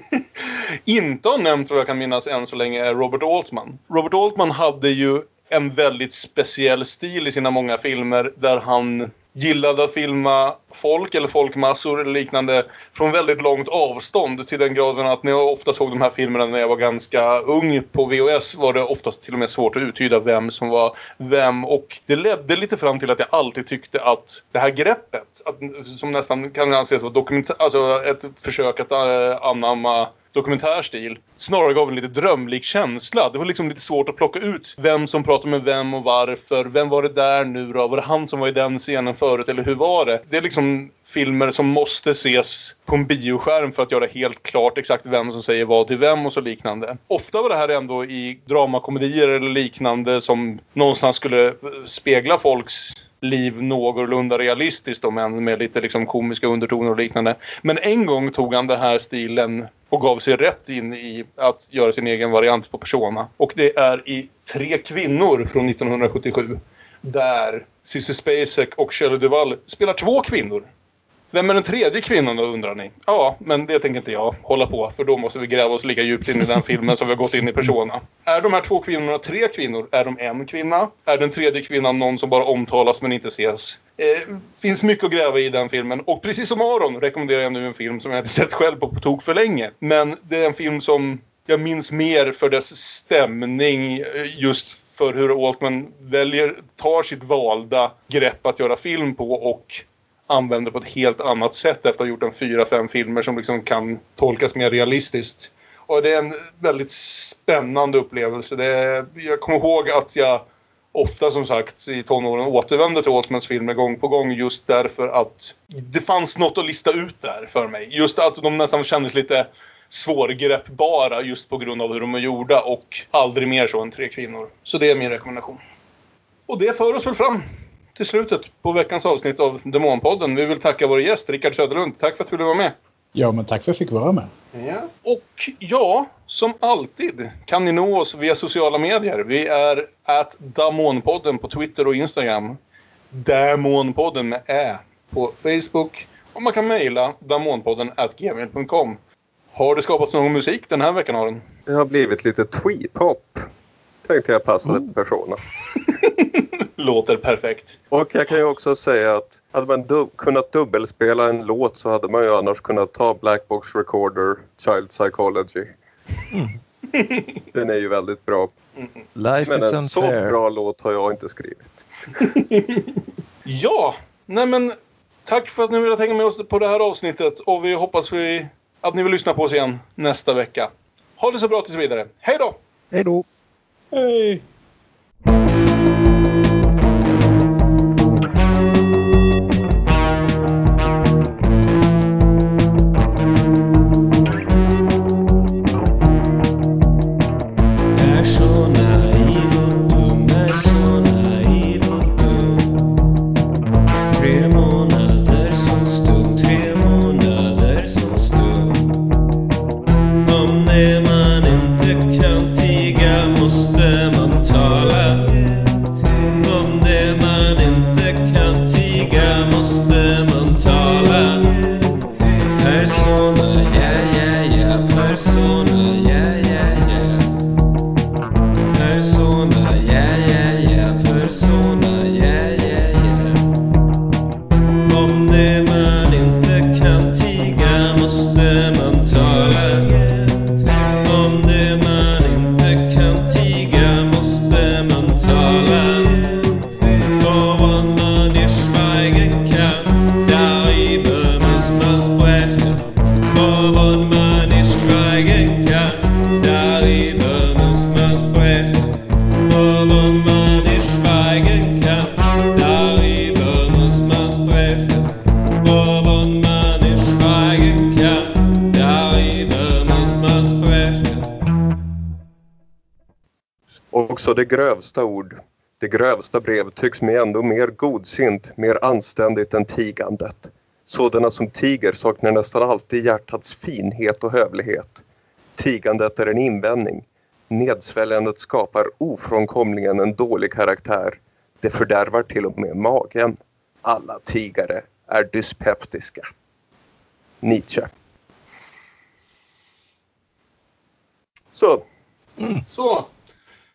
inte har nämnt, vad jag kan minnas än så länge, är Robert Altman. Robert Altman hade ju en väldigt speciell stil i sina många filmer där han gillade att filma folk eller folkmassor eller liknande från väldigt långt avstånd, till den graden att när jag ofta såg de här filmerna när jag var ganska ung på V H S var det oftast till och med svårt att uttyda vem som var vem, och det ledde lite fram till att jag alltid tyckte att det här greppet, att, som nästan kan anses vara dokumentär, alltså ett försök att äh, anamma dokumentärstil, snarare gav en lite drömlik känsla. Det var liksom lite svårt att plocka ut vem som pratade med vem och varför. Vem var det där nu då? Var det han som var i den scenen förut? Eller hur var det? Det är liksom filmer som måste ses på en bioskärm för att göra helt klart exakt vem som säger vad till vem och så liknande. Ofta var det här ändå i dramakomedier eller liknande som någonstans skulle spegla folks liv någorlunda realistiskt, om än med lite liksom komiska undertoner och liknande. Men en gång tog han den här stilen och gav sig rätt in i att göra sin egen variant på Persona. Och det är i Tre kvinnor från nittonhundrasjuttiosju där Sissy Spacek och Shelley Duvall spelar två kvinnor. Vem är den tredje kvinnan då, undrar ni? Ja, men det tänker inte jag hålla på, för då måste vi gräva oss lika djupt in i den filmen som vi har gått in i Persona. Är de här två kvinnorna tre kvinnor? Är de en kvinna? Är den tredje kvinnan någon som bara omtalas men inte ses? Eh, finns mycket att gräva i den filmen. Och precis som Aron rekommenderar jag nu en film som jag inte sett själv på, på tok för länge. Men det är en film som jag minns mer för dess stämning, just för hur Altman väljer, tar sitt valda grepp att göra film på och använder på ett helt annat sätt efter att ha gjort en fyra, fem filmer som liksom kan tolkas mer realistiskt. Och det är en väldigt spännande upplevelse. Det är, jag kommer ihåg att jag ofta, som sagt, i tonåren återvände till Altmans filmer gång på gång just därför att det fanns något att lista ut där för mig. Just att de nästan kändes lite svårgreppbara just på grund av hur de är gjorda, och aldrig mer så än Tre kvinnor. Så det är min rekommendation. Och det för oss väl fram till slutet på veckans avsnitt av Demonpodden. Vi vill tacka vår gäst, Rickard Söderlund. Tack för att du ville vara med. Ja, men tack för att jag fick vara med. Ja. Och ja, som alltid kan ni nå oss via sociala medier. Vi är at Demonpodden på Twitter och Instagram. Demonpodden med ä på Facebook. Och man kan mejla demonpodden at gmail punkt com. Har det skapats någon musik den här veckan, Aron? Det har blivit lite tweet-hop. Tänkte jag passade mm. Persona. Låter perfekt. Och jag kan ju också säga att hade man dub- kunnat dubbelspela en låt så hade man ju annars kunnat ta Black Box Recorder, Child Psychology. Mm. Den är ju väldigt bra. Life men is en så unfair. bra låt har jag inte skrivit. Ja, nej men tack för att ni ville hänga med oss på det här avsnittet. Och vi hoppas vi, att ni vill lyssna på oss igen nästa vecka. Ha det så bra tills vidare. Hej då! Hej då! Hej! Också det grövsta ord, det grövsta brev tycks mig ändå mer godsint, mer anständigt än tigandet. Sådana som tiger saknar nästan alltid hjärtats finhet och hövlighet. Tigandet är en invändning. Nedsväljandet skapar ofrånkomligen en dålig karaktär. Det fördärvar till och med magen. Alla tigare är dyspeptiska. Nietzsche. Så. Mm. Så.